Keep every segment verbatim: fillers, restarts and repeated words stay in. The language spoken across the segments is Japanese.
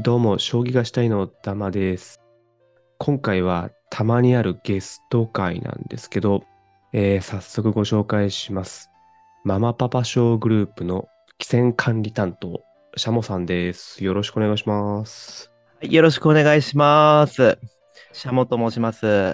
どうも、将棋がしたいのダマです。今回はたまにあるゲスト会なんですけど、えー早速ご紹介します。ママパパ賞グループの棋戦管理担当、シャモさんです。よろしくお願いします。 はい、よろしくお願いします。シャモと申します。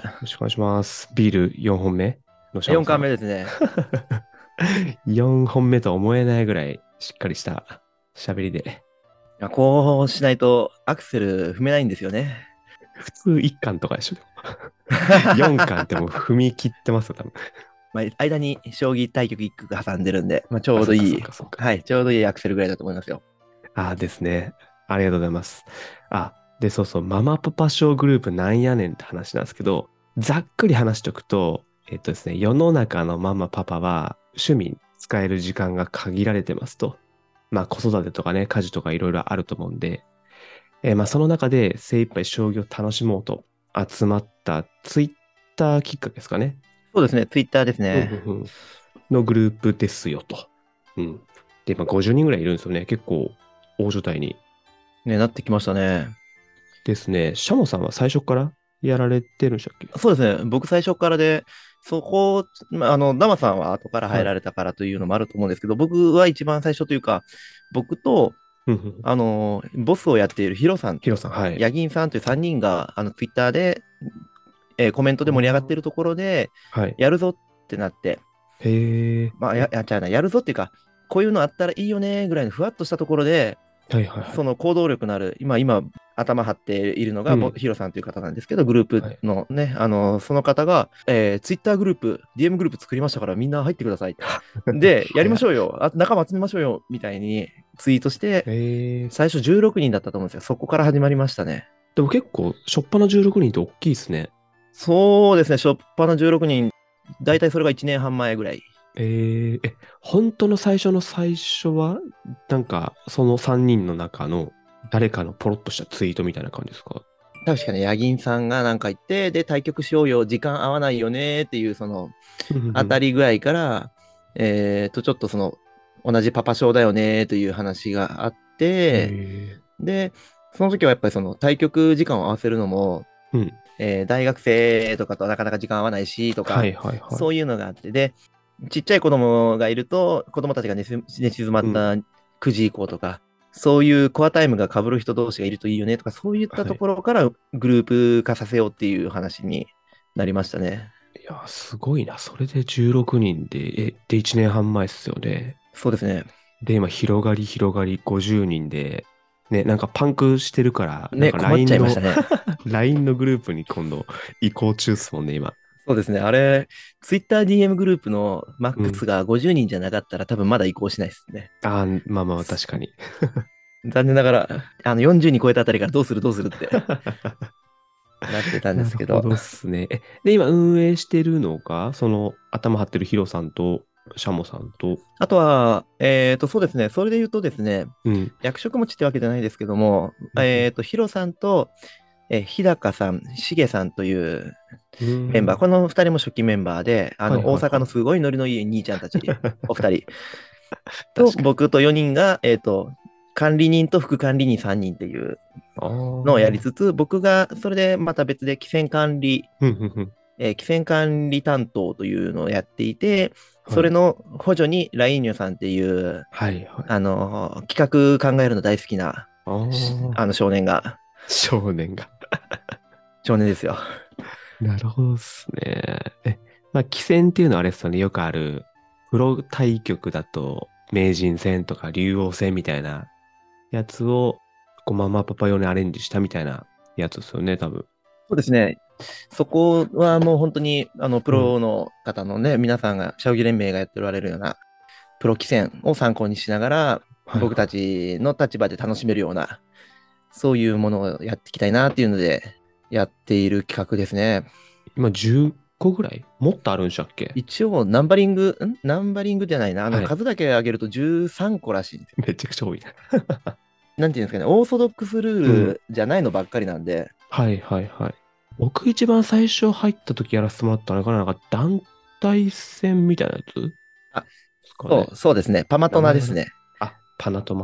よろしくお願いします。ビールよんほんめのシャモ 4 さん。 巻目ですね。 よんほんめとは思えないぐらいしっかりした喋りで。 いやこうしないとアクセル踏めないんですよね。 普通いっかんとかでしょ。よんかんってもう踏み切ってますよ、多分。 まあ、間に将棋対局いっ局挟んでるんで、まあ、ちょあ、そっかうどいい、 そっかそっか。 はい、ちょうどいいアクセルぐらいだと思いますよ。 ああですね。ありがとうございます。あ、で、そうそう、ママパパ賞グループなんやねんって話なんですけど、ざっくり話しておくと、えっとですね、世の中のママパパは趣味に使える時間が限られてますと。まあ子育てとかね、家事とかいろいろあると思うんで、えーまあその中で精一杯将棋を楽しもうと集まったツイッターきっかけですかね。 そうですね、ツイッターですうんね。 うんうん。のグループですよと。うん。で、まあごじゅうにんぐらいいるんですよね。結構大所帯に。 ね、なってきましたね。 ですね。シャモさんは最初からやられてるんでしたっけ？ そうですね、僕最初からで、そこ、まああの、ダマさんは後から入はい。 られたからというのもあると思うんですけど、僕は一番最初というか、僕と、 うんうんうん。 あの、ボスをやっているヒロさんと、 ヒロさん、はい。 ヤギンさんというさんにんが、あの、ツイッターで、えーコメントあで盛り上がっていー、 るところで、 はい。 やるぞってなって、 へえ。 まあ、や、 え、 やっちゃうな、やるぞっていうか、こういうのあったらいいよねぐらいのふわっとしたところで、 はいはいはい。 その行動力のある、今、今、頭張っているのが、ボうん。 ヒロさんという方なんですけど、グループはい。 のね、あの、その方が、えー、ツイッターグループ、ディーエム グループ作りましたから、みんな入ってください。で、やりま早っ。 しょうよ、あ、仲間集めましょうよ、みたいにツイートして、 へえ。 最初じゅうろくにんだったと思うんですよ。そこから始まりましたね。 でも結構、しょっぱなじゅうろくにんって大きいですね。 そうですね、初っ端のじゅうろくにん、大体それがいちねんはん前ぐらい。 えー、え、本当の最初の最初は、なんか、そのさんにんの中の誰かのポロッとしたツイートみたいな感じですか？ 確かに、ヤギンさんがなんか言って、で、対局しようよ、時間合わないよねっていう、その、 うんうんう当たん。 り具合から、えーと、ちょっとその、同じパパ賞だよねという話があっへて、 え。 で、その時はやっぱりその対局時間を合わせるのも、 うん。 えー大学生とかとなかなか時間合わないしとか、 はいはいはい。 そういうのがあって、で、ちっちゃい子供がいると、子供たちが寝す寝静まうん。 ったくじ以降とか、そういうコアタイムが被る人同士がいるといいよねとか、そういったはい。 ところからグループ化させようっていう話になりましたね。 いや、すごいな。それでじゅうろくにんで、え、でいちねんはん前っすよね。 そうですね。 で、今広がり広がりごじゅうにんで、ね、なんかパンクしてるから、なんね、 か困っちゃライン のいましたね。 ライン のグループに今度移行中っすもんね、今。 そうですね。あれ、Twitter ディーエム グループのマッうん。 クスがごじゅうにんじゃなかったら多分まだ移行しないですね。 ああ、まあまあ、確かに。 残念ながら、あのよんじゅうに超えたあたりからどうするどうするってなってたんでなすけど、 るほどっすね。え、で、今運営してるのが、その頭張ってるヒロさんとシャモさんと、 あとは、えっと、そうですね。それで言うとですね、 うん。 役職持ちってわけじゃないですけども、 うんえっと、ヒロさんと、えー日高さん、しげさんといううん。うメンバー、 ーん。 この二人も初期メンバーで、あはいの、大はいはい。 阪のすごいノリのいい兄ちゃんたち、お二人と、 確かに。 僕とよにんが、えっと、管理人と副管理人さんにんっていうああ。 のをやうん、 りつつ、僕がそれでまた別で棋戦管理、 うん、うん。 えー棋戦管理担当というのをやっていて、そはい。 れの補助にライーニョさんっていう、 はいはい。 あの、企画考えるの大好きな、 ああ。 あの少年が、 少年が。 少年ですよ。 なるほどっすね。え、まあ、棋戦っていうのはあれですよね。よくある、プロ対局だと、名人戦とか竜王戦みたいなやつを、こうママパパ用にアレンジしたみたいなやつですよね、多分。 そうですね。そこはもう本当に、あの、プうん。 ロの方のね、皆さんが、将棋連盟がやっておられるような、プロ棋戦を参考にしながら、僕たはいはい。 ちの立場で楽しめるような、そういうものをやっていきたいなっていうので、やっている企画ですね。 今じゅっこぐらいもっとあるんでしたっけ？ 一応、ナンバリング、んナンバリングじゃないな。あの、 はい。 数だけ上げるとじゅうさんこらしいんですよ。 めちゃくちゃ多いな。 なんていうんですかね、オーソドックスルーうん。 ルじゃないのばっかりなんで、 はいはいはい。僕一番最初入った時やらせてもらったのかな、なんか団体戦みたいなやつであ、 すかね。 そう、そうですね。パマト名前がな、 ナですね。 あ、パナトマ。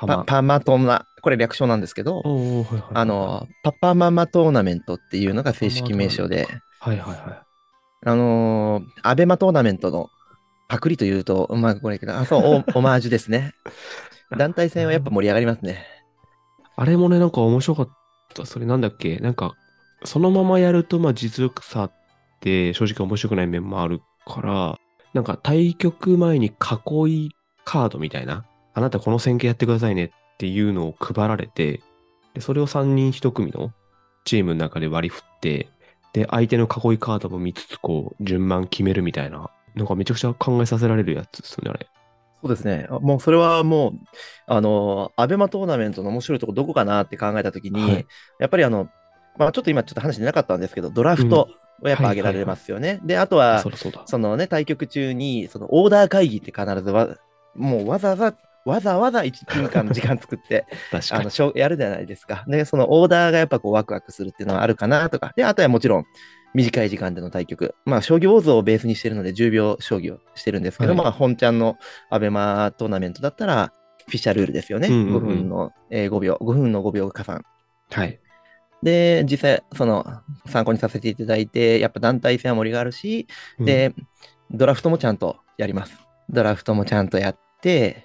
パ、 パマ。 パマトーナ、これ略称なんですけど、 おお、はいはいはいはい。 あの、パパママトーナメントっていうのがパマ正式名称で、 はいはいはあのーアベマトーナメントのパクリというと、うまくこれけど、あ、そう、オ、オマージュですね。 い。 団体戦はやっぱ盛り上がりますね。 あれもね、なんか面白かった。それなんだっけなんか、そのままやると、まあ実力差って正直面白くない面もあるから、なんか対局前に囲いカードみたいな、あなたこの戦型やってくださいねっていうのを配られて、で、それをさんにんひと組のチームの中で割り振って、で、相手の囲いカードも見つつ、こう、順番決めるみたいな、なんかめちゃくちゃ考えさせられるやつですよね、あれ。 そうですね。あもうそれはもう、あの、アベマトーナメントの面白いとこどこかなって考えたときに、 はい。 やっぱりあの、まあちょっと今ちょっと話出なかったんですけど、ドラうん。 フトをやっはぱ挙げられいはいはい。 ますよね。で、あとあ、 は、 そうだそうだ。 そのね、対局中に、そのオーダー会議って必ずわ、もうわざわざ、わざわざいちじかんの時間作って、 確かに。 あの、しょやるじゃないですか。で、そのオーダーがやっぱこうワクワクするっていうのはあるかなとか。で、あとはもちろん、短い時間での対局。まあ、将棋ウォーズをベースにしてるので、じゅうびょう将棋をしてるんですけど、 はい。 まあ、本ちゃんのアベマトーナメントだったら、フィッシャールールですよね。 うんうんう 5分ん。 の、えー、ごびょう、ごふんのごびょう加算。 はい。 で、実際、その、参考にさせていただいて、やっぱ団体戦は盛りがあるし、 うん。 で、ドラフトもちゃんとやります。ドラフトもちゃんとやって、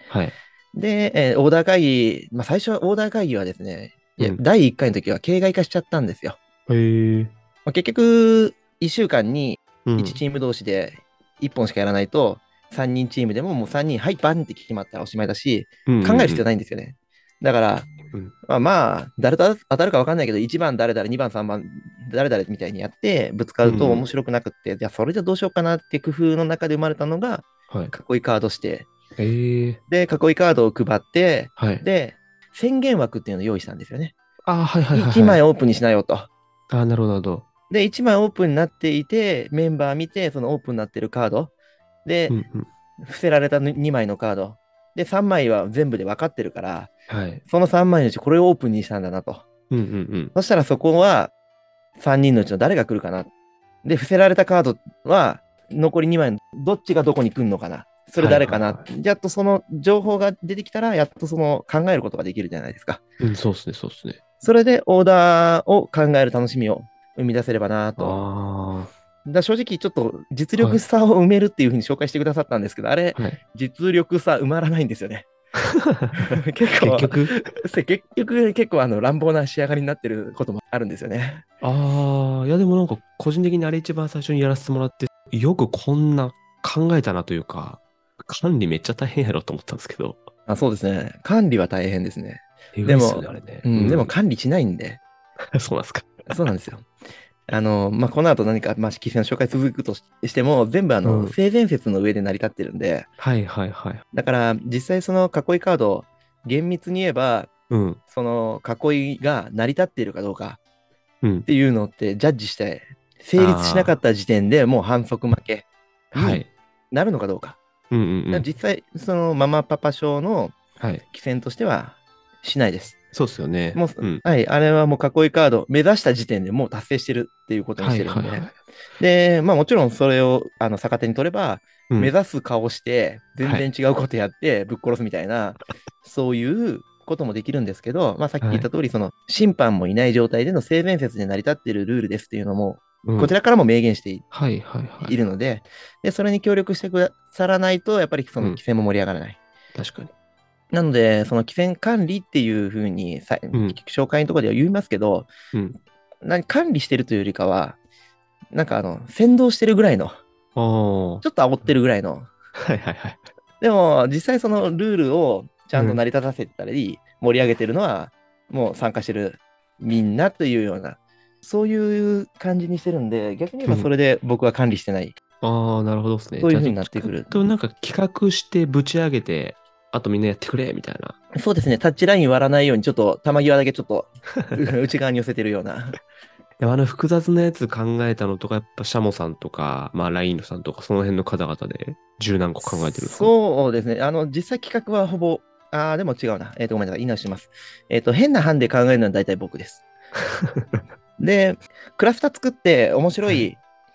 はい。 で、えーオーダー会議、まあ、最初はオーダー会議はですね、いや、 うん。 だいいっかいの時は形骸化しちゃったんですよ。 へえ。 まあ、結局、いっしゅうかんにいちうん。 チーム同士でいっぽんしかやらないと、さんにんチームでももうさんにん、はい、バンって決まったらおしまいだし、 うんうんうん。 考える必要ないんですよね。だから、 うん。 まあ、まあ、誰と当たるか分かんないけど、いちばん誰々、にばん、さんばん誰々みたいにやって、ぶつかうんうると面ん。 白くなくって、じゃあそれじゃどうしようかなって工夫の中で生まれたのが、 はい。 囲いカードして、 ええ。 で、囲いカードを配って、 はい。 で、宣言枠っていうのを用意したんですよね。 ああ、はいはいはい 1 はい。 枚オープンにしなよと。 ああ、なるほどなるほど。 で、いちまいオープンになっていて、メンバー見て、そのオープンになってるカード。で、 うんうん。 伏せられたにまいのカード。で、さんまいは全部で分かってるから、 はい。 そのさんまいのうちこれをオープンにしたんだなと。 うんうんうん。 そしたらそこはさんにんのうちの誰が来るかな。で、伏せられたカードは残りにまいのどっちがどこに来るのかな。それはい誰かな。 はいはやっとその情報が出てきたら、やっとその考えることができるじゃないですか。 い。うん、そうっすね、そうっすね。 それでオーダーを考える楽しみを生み出せればなと。 あだ正直ちょっと実あ、はい。 力差を埋めるっていうふうに紹介してくださったんですけど、あれ、 はい。 実力差埋まらないんですよね。結構、 結局せ結局結構あの乱暴な仕上がりになってることもあるんですよね。 ああ、いやでもなんか個人的にあれ一番最初にやらせてもらって、よくこんな考えたなというか、管理めっちゃ大変やろと思ったんですけど、 あ、そうですね。管理は大変ですね。でも、 えぐいっすよね、あれね。 うん、でもうん。 管理しないんで、 そうなんですか。 そうなんですよ。あの、まあ、この後何か、まあ、規制の紹介続くとしても、全部あの、 うん。 性善説の上で成り立ってるんで、 はいはいはい。 だから実際その囲いカード、厳密に言えば、 うん。 その囲いが成り立っているかどうかうん。 っていうのってジャッジして、成立しなかあった時点でもう反則負けあ、はにい。 なるのかどうか。 うんうんうん。 実際、そのママパパ賞のはい。 規制としてはしないです。 そうっすよね。 もう、 うん。 はい、あれはもう囲いカード、目指した時点でもう達成してるっていうことにはいしてるんで。 はいはい。 で、まあもちろんそれをあの逆手に取れば、 うん。 目指す顔して、全はい。 然違うことやってぶっ殺すみたいな、そういうこともできるんですけど、まあさっきはい。 言った通り、その審判もいない状態での性善説で成り立っているルールですっていうのも、 うん。 こちらからも明言していはいはいはいはい。 いるので、で、それに協力してくださらないと、やっぱりそうん。 の規制も盛り上がらない。 確かに。 なので、その規制管理っていうふうにさ、 うん。 紹介のところでは言いますけど、 うん。 何管理してるというよりかは、なんかあの、先導してるぐらいの、 ああ。 ちょっと煽ってるぐらいの、 はいはいはい。 でも実際そのルールをちゃんとうん。 成り立たせたり、盛り上げてるのは、もう参加してるみんなというような、そういう感じにしてるんで、逆に言えうん。 ばそれで僕は管理してない。 ああ、なるほどですね。 そういう風じゃあ、どっちかになってくる。 となんか企画してぶち上げて、あとみんなやってくれみたいな。 そうですね、タッチライン割らないように、ちょっと球際だけちょっと内側に寄せてるような。 でもあの複雑なやつ考えたのとか、やっぱシャモさんとか、まあラインのさんとか、その辺の方々で十何個考えてるんですか？ そうですね、あの、実際企画はほぼ、ああ、でも違うな。えっ、と、ごめんなさい、言い直します。えっ、と、変な班で考えるのは大体僕です。で、クラスター作って面白はい。 い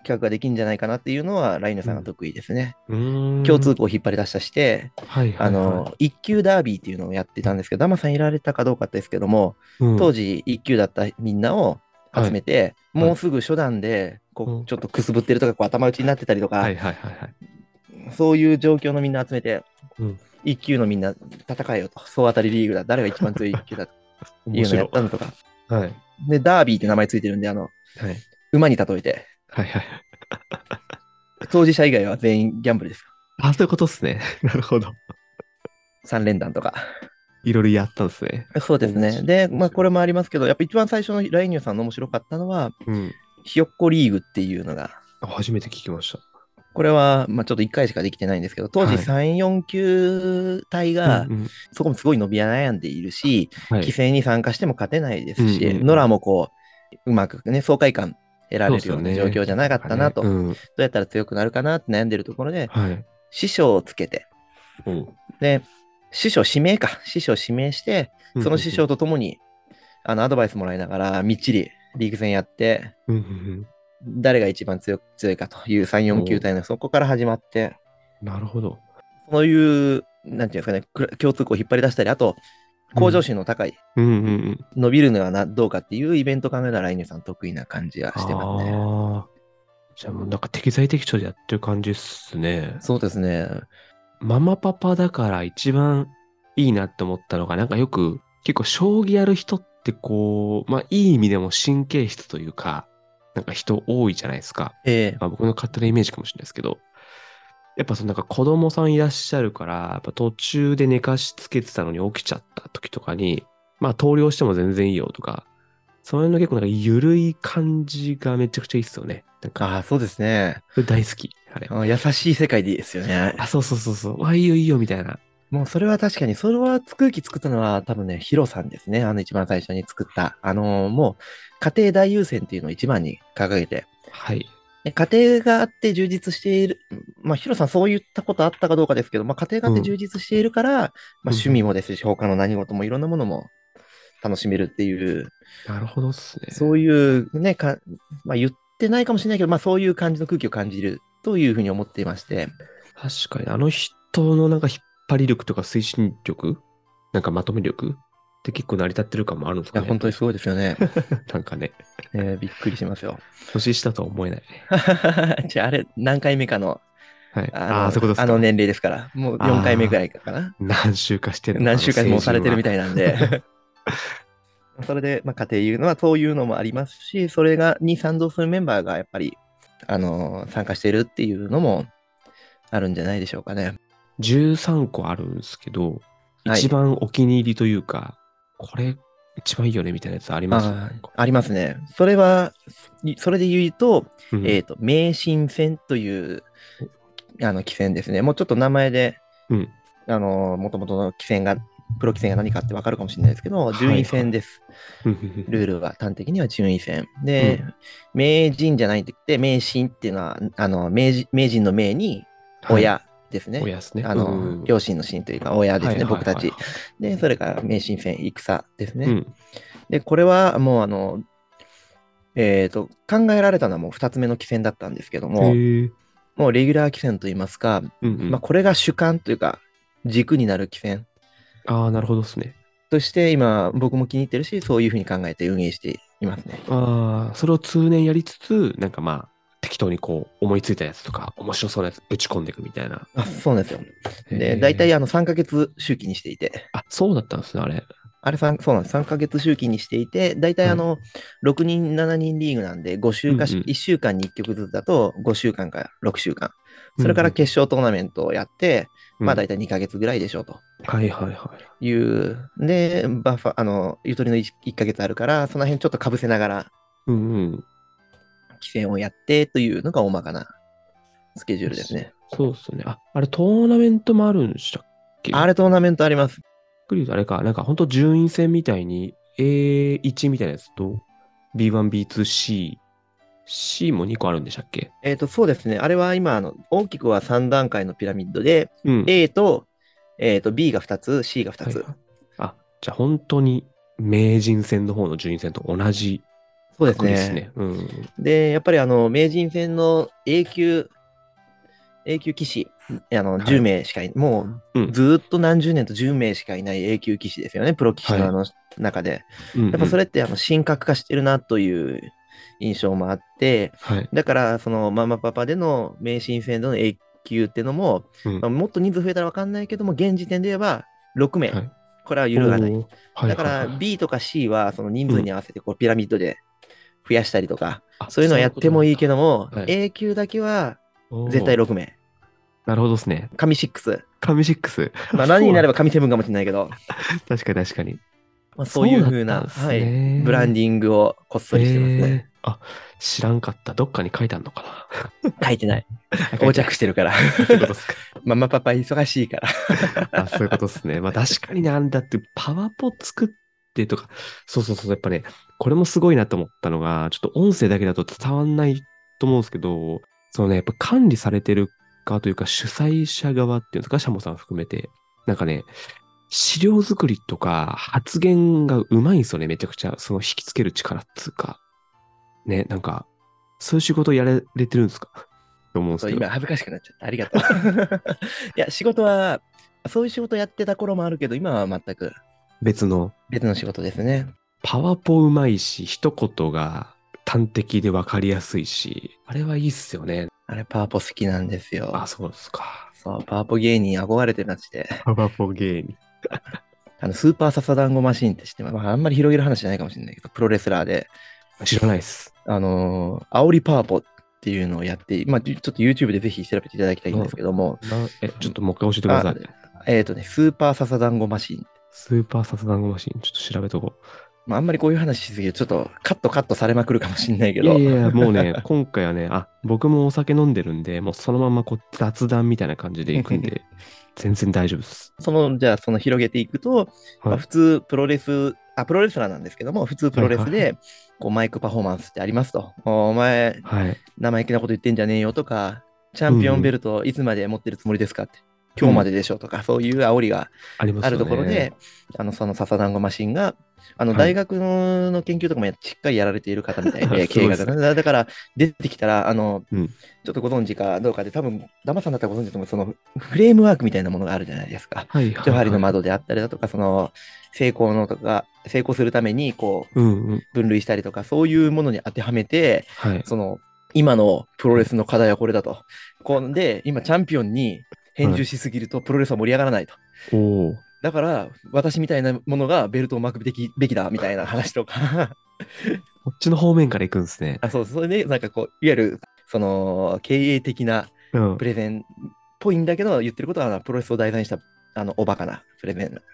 企画ができるんじゃないかなっていうのは、ライネさんが得意ですね。 うーん。 共通項を引っ張り出したして、 はいはいはい。 あの、一級ダービーっていうのをやってたんですけど、ダマさんいられたかどうかですけども、 うん、 当時一級だったみんなを集めて、 はいもうすぐ初段で、こうんう、ちょっとくすぶってるとか、こう頭打ちになってたりとか、 はいはいはいはい。 そういう状況のみんな集めて、 うん、 一級のみんな戦えよと、総当たりリーグだ、誰が一番強い一級だというのをや面白ったのとか。 い。はい。 で、ダービーって名前ついてるんで、あの、 はい。 馬に例えて、 はいはい。 当事者以外は全員ギャンブルですよ。 あ、そういうことっすね。なるほど。 三連弾とか。 いろいろやったんですね。 そうですね。で、まあ、これもありますけど、やっぱ一番最初のライニューさんの面白かったのは、 うん。 ひよっこリーグっていうのが、 あ初めて聞きました。 これは、まあ、ちょっといっかいしかできてないんですけど、当時はいさん、よん級隊うんが、 うん。 そこもすごい伸び悩んでいるし、 はい。 規制に参加しても勝てないですし、 うんうんうんノラもこう、うまくね、爽快感得られるようなそうっすよね状況じゃなかったなと、 なんかねうん。 どうやったら強くなるかなって悩んでるところで、 はい。 師匠をつけて、 うん。 で、師匠指名か、師匠指名して、その師匠と共に、あの、アドバイスもらいながら、みっちりリーグ戦やって、 うんうんうん誰が一番強強いかというさん、よん級隊のそこから始まって、 なるほど。 そういう、なんていうんですかね、くら共通項を引っ張り出したり、あと、向上心の高い、 うんうんうん。 伸びるのはなどうかっていうイベント考えたら、ライネさん得意な感じがしてますね。 ああ。じゃあもうなんか適材適所でやってる感じっすね。 そうですね。 ママパパだから一番いいなって思ったのが、なんかよく結構将棋やる人ってこう、まあいい意味でも神経質というか、なんか人多いじゃないですか。 ええまあ、僕の勝手なイメージかもしれないですけど、やっぱそのなんか子供さんいらっしゃるから、やっぱ途中で寝かしつけてたのに起きちゃった時とかに、まあ投了しても全然いいよとか、そういうの結構なんか緩い感じがめちゃくちゃいいっすよね。なんか、 ああ、そうですね。 それ大好き。あれ。 あ優しい世界でいいですよね。 あ、そうそうそうそう。あ、いいよいいよみたいな。 もうそれは確かに、それは空気作ったのは多分ね、ヒロさんですね。あの一番最初に作った。あのーもう家庭大優先っていうのを一番に掲げて、 はい。 で家庭があって充実している。まあヒロさんそういったことあったかどうかですけど、まあ家庭があって充実しているから、まあ趣味もですし、他の何事もいろんなものも楽しめるっていう、 なるほどっすね。 そういうね、か、まあ言ってないかもしれないけど、まあそういう感じの空気を感じるというふうに思っていまして、 確かに、あの人のなんか引っ張り力とか推進力、なんかまとめ力って結構成り立ってる感もあるんですいや、 かね。 本当にすごいですよね。 なんかね、 えーびっくりしますよ。 年下とは思えない。 じゃあ、あれ、何回目かの、 はい。 あああ、 の、 そういうことですか。 あの年齢ですから、もうよんかいめぐらいかな。 何週かしてるのか何週間もされてるみたい。 いなんで。それで、まあ、家庭いうのはそういうのもありますし、それが、に賛同するメンバーがやっぱり、あの、参加しているっていうのもあるんじゃないでしょうかね。 じゅうさんこあるんですけど、 はい一番お気に入りというか、これ一番いいよねみたいなやつありますあーありますね。それは、いそれで言うと、 うんえっと、名神戦という、あの、棋戦ですね。もうちょっと名前で、 うん。 あの、もともとの棋戦が、プロ棋戦が何かってわかるかもしれないですけど、順位戦です。 うんルールは端的には順位戦。で、名人じゃないって言って、名神っていうのは、あの、名人名人の名にはい親ですね。 親ですね。 あうんうんの、両親の神というか、親ですね、 はいはいはい僕たち。で、それから名神戦、戦ですね。 うん。 で、これはもう、あの、えっと、考えられたのはもうふたつめの棋戦だったんですけども、 へえ。 もうレギュラー棋戦といいますか、 うんうん。 まあ、これが主観というか、軸になる棋戦ああ、なるほどですね。 として、今、僕も気に入ってるし、そういうふうに考えて運営していますね。 ああ、それを通年やりつつ、なんかまあ、適当にこう、思いついたやつとか、面白そうなやつぶち込んでいくみたいな。 あ、そうなんですよ。で、 へー大体あのさんかげつ周期にしていて、 あ、そうだったんですね、あれ。 あれさん、そうなんです。さんかげつ周期にしていて、大体あの、ろくにん、しちにんリーグなんで、ご週か、 うんうんいっしゅうかんにいっきょくずつだとごしゅうかんかろくしゅうかん。それから決勝トーナメントをやって、 うんまあ大体にかげつぐらいでしょうとはいはいはい。 いう。で、バッファ、あの、ゆとりの いっかげつあるから、その辺ちょっとかぶせながら、 うんうん。 棋戦をやってというのが大まかなスケジュールですね。 そうですね。あ、あれトーナメントもあるんでしたっけあれトーナメントあります。 びっくり言うとあれか、なんか本当順位戦みたいに エーワン みたいなやつと ビーワン、ビーツー、C、C もにこあるんでしたっけえっと、そうですね。あれは今、あの、大きくはさん段階のピラミッドで、 うん。 A と、えっと、B がふたつ、C がふたつ。 はいはいあ、じゃあ本当に名人戦の方の順位戦と同じそうですくくりですね。 ね。うん。 で、やっぱりあの、名人戦の A 級、A 級棋士、あの、10 はい。 名しかい、もううん。 ずーっと何十年とじゅう名しかいない A 級棋士ですよね、プロ棋士はい。 のあの中で。 うんうん。 やっぱそれってあの神格化してるなという印象もあって、 はい。 だからそのママパパでの名人戦での A 級っていうのも、 うん。 まあ、もっと人数増えたら分かんないけども、現時点で言えばろく名。 はい。 これは揺るがない。 おー。はいだからはいはい。 B とか C はその人うん。 数に合わせてこうピラミッドで増やしたりとか、 あ、 そういうのはそういうやってもいいけことなんだ。 ども、 はい。 A 級だけは絶対おー。 ろく名。 なるほどですね。 神ろく。 神シックス。 まあ何そうなん。 になれば神ななかもしれないけど、 確かに確かに。 まあ、そういそうだっう風な、 たんですはい、ブランね。 ディングをこっそりしてますね。 へえ。あ、知らんかった。どっかに書いてあるのか書いてない。 な。あ、書い横てない。 着してるから。 あ、そういうことですか。 ママパパ忙しいから。 あ、そういうことですね。まあ確かにね、あんだってパワポ作ってとか、そうそうそう、やっぱね、これもすごいなと思ったのが、ちょっと音声だけだと伝わんないと思うんですけど、そのね、やっぱ管理されてる側というか主催者側っていうんですか、シャモさん含めて、なんかね、資料作りとか発言がうまいんですよね、めちゃくちゃ。その引きつける力っつうか。ね、なんか、そういう仕事やられてるんですかと思うんですけど。 そう今恥ずかしくなっちゃった。ありがとう。いや、仕事は、そういう仕事やってた頃もあるけど、今は全く別の別の仕事ですね。 パワポうまいし、一言が端的でわかりやすいし、あれはいいっすよね。 あれ、パワポ好きなんですあ、 よ。 そうですか。 そう、パワポ芸人憧れてまして。 パワポ芸人。 あの、スーパーササダンゴマシンって知ってます？まあ、あんまり広げる話じゃないかもしれないけど、プロレスラーで、 知らないっす。 あのー、煽りパワポっていうのをやって、まあ、ちょっと YouTube でぜひ調べていただきたいんでな、 すけども、 な、え、ちょっともう一回教えてくだあ、 さい。 えっとね、スーパーササダンゴマシン。 スーパーサスダンゴマシン、ちょっと調べとこまあ、あんまりこういう話しすぎると、ちょっとカットカットされまくるかもしれないけう。いやど、 いやいや、もうね、今回はね、あ、僕もお酒飲んでるんで、もうそのままこう雑談みたいな感じで行くんで、全然大丈夫です。 その、じゃあ、その広げていくと、まあ、 はい。 普通、プロレス、あ、プロレスラーなんですけども、普通プはいはいはい。 ロレスで、こう、マイクパフォーマンスってありますと。お前、 はい。 生意気なこと言ってんじゃねえよとか、チャンピオンベうんうん。 ルトいつまで持ってるつもりですかって、 うん。 今日まででしょとか、そういう煽りがありますあるよね。 ところで、あの、その笹団子マシンが、あの、 はい。 大学の研究とかもやしっかりやられている方みたいで、 すごいですね。 経営学だだから出てきたら、あの、 うん。 ちょっとご存知かどうかで、多分、ダマさんだったらご存知だと思う、そのフレームワークみたいなものがあるじゃないですか。 はいジョハリのはいはい。 窓であったりだとか、その、成功のとか、成功するために、こう、 うんうん。 分類したりとか、そういうものに当てはめて、 はい。 その、今のプロはい。 レスの課題はこれだと。こんで、今、チャンピオンに返はい。 事しすぎると、プロレスは盛り上がらないと。 おお。 だから、私みたいなものがベルトを巻くべきべきだみたいな話とかこっちの方面から行くんですね。 あ、そう、それで、なんかこう、いわゆる、その、経営的なうん。 プレゼンっぽいんだけど、言ってることは、プロレスを題材にした、あの、おバカなプレゼン。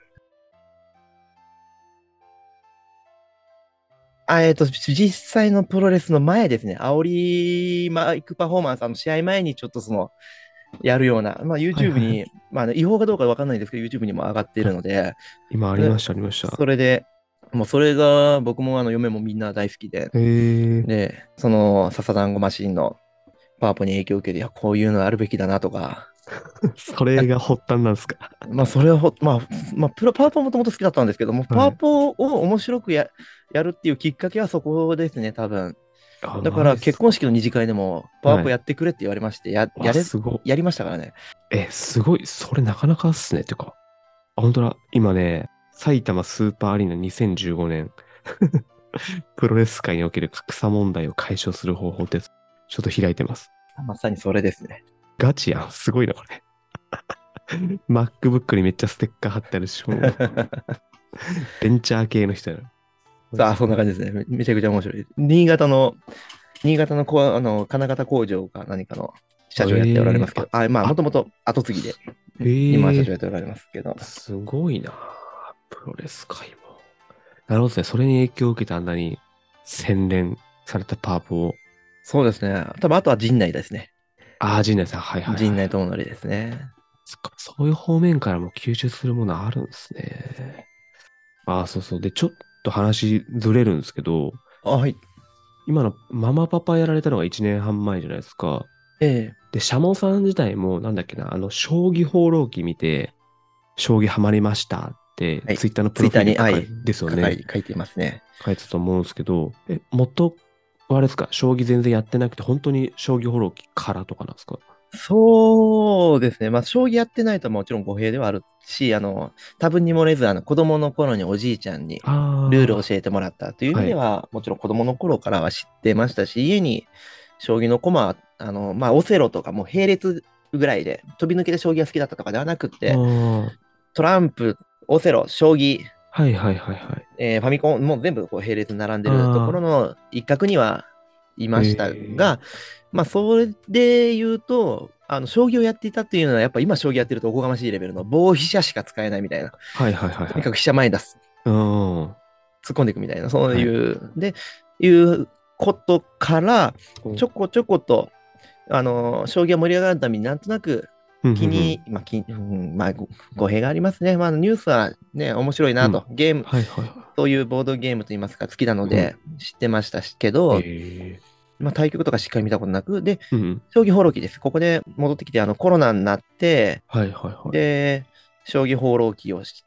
あ、えっと、実際のプロレスの前ですね、煽りマイクパフォーマンス、あの、試合前にちょっとその、やるような、まあ、 はい YouTube はいはい。 に、まあね、違法かどうかわかんないんですけど、YouTube にも上がっていはい。 るので、 今ありでました、ありました。 それで、もうそれが僕もあの嫁もみんな大好きで、 へえ。 で、その笹団子マシンのパワポに影響を受けて、いや、こういうのあるべきだなとか、 それが発端なんですか。 まあ、それはほ、まあ、まあ、プロ、パワポもともと好きだったんですけども、パワはい。 ポを面白くや、やるっていうきっかけはそこですね、多分。 あ、 だから結マジっすか。 婚式の二次会でも、パワはい。 ポやってくれって言われまして、や、やわ、 れ、 すご。 やりましたからね。 え、すごい。それなかなかっすね。てか。あ、本当だ。今ね、埼玉スーパーアリーナにせんじゅうごねんプロレス界における格差問題を解消する方法ってちょっと開いてます。 まさにそれですね。 ガチやん。すごいな、これ。MacBook にめっちゃステッカー貼ってあるし、もうベンチャー系の人やな。 さあ、そんな感じですね。め、めちゃくちゃ面白い。新潟の、新潟のこう、あの、金型工場か何かの社長やっておられええー、 ますけど、 あ、 あ、まあ、もあ、 ともと後継ぎで、今社長ええやっておられますけど、 ー、すごいな。プロレス界も。なるほどですね。それに影響を受けてあんなに洗練されたパワポを。 そうですね。多分あとは陣内ですね。 ああ、陣内さん。はいはいはい。 陣内智則ですね。 そっか、そういう方面からも吸収するものあるんですね。ああ、そうそう。で、ちょっと話ずれるんですけど、 あ、はい。 今のママパパやられたのがいちねんはん前じゃないですか。 ええ。 で、シャモさん自体も、なんだっけな、あの、将棋放浪記見て、将棋ハマりましたって、 はいツイッターのプツイッターに、 ロフィール書かれはい、 ですよ書かね。 い書いていますね。 書いてたと思うんですけど、え、元はあれですか、将棋全然やってなくて、本当に将棋ほろきからとかなんですか？ そうですね。まあ、将棋やってないとはもちろん語弊ではあるし、あの、多分に漏れず、あの、子供の頃におじいちゃんにルールをあ教えてもらったという意あ、はい。 味では、もちろん子供の頃からは知ってましたし、家に将棋の駒、あの、まあ、オセロとかもう並列ぐらいで、飛び抜けて将棋が好きだったとかではなくっあて、 あ、 トランプ、オセロ、将棋、 はいはいはいはい。 えーファミコン、もう全部こう並列に並んでるところあの一角にはいあ、 ましたええ、 が、まあ、それで言うと、あの、将棋をやっていたっていうのは、やっぱ今将棋やってるとおこがましいレベルの棒飛車しか使えないみたいな。 はいはいはいはい。 とにかく飛車前に出す。 うん、は突っ込んでいくみたいな、そういい。 う、で、いうことから、 うんちょこちょこと、あの、将棋が盛り上がるためになんとなくうんうん。 気に、まあ、気うん、まあ、ご語弊がありますね。まあ、ニュースはね、面白いうん。 なと。ゲーム、 はいはいはそういうボードゲームといいますか、好きなのい。うん。 で知ってましたしけえど、 え、 まあ、対局とかしっかり見たことなく、で、 うん。 将棋放浪記です。ここで戻ってきて、あの、コロナになって、 はいはいはい。 で、将棋放浪記をして、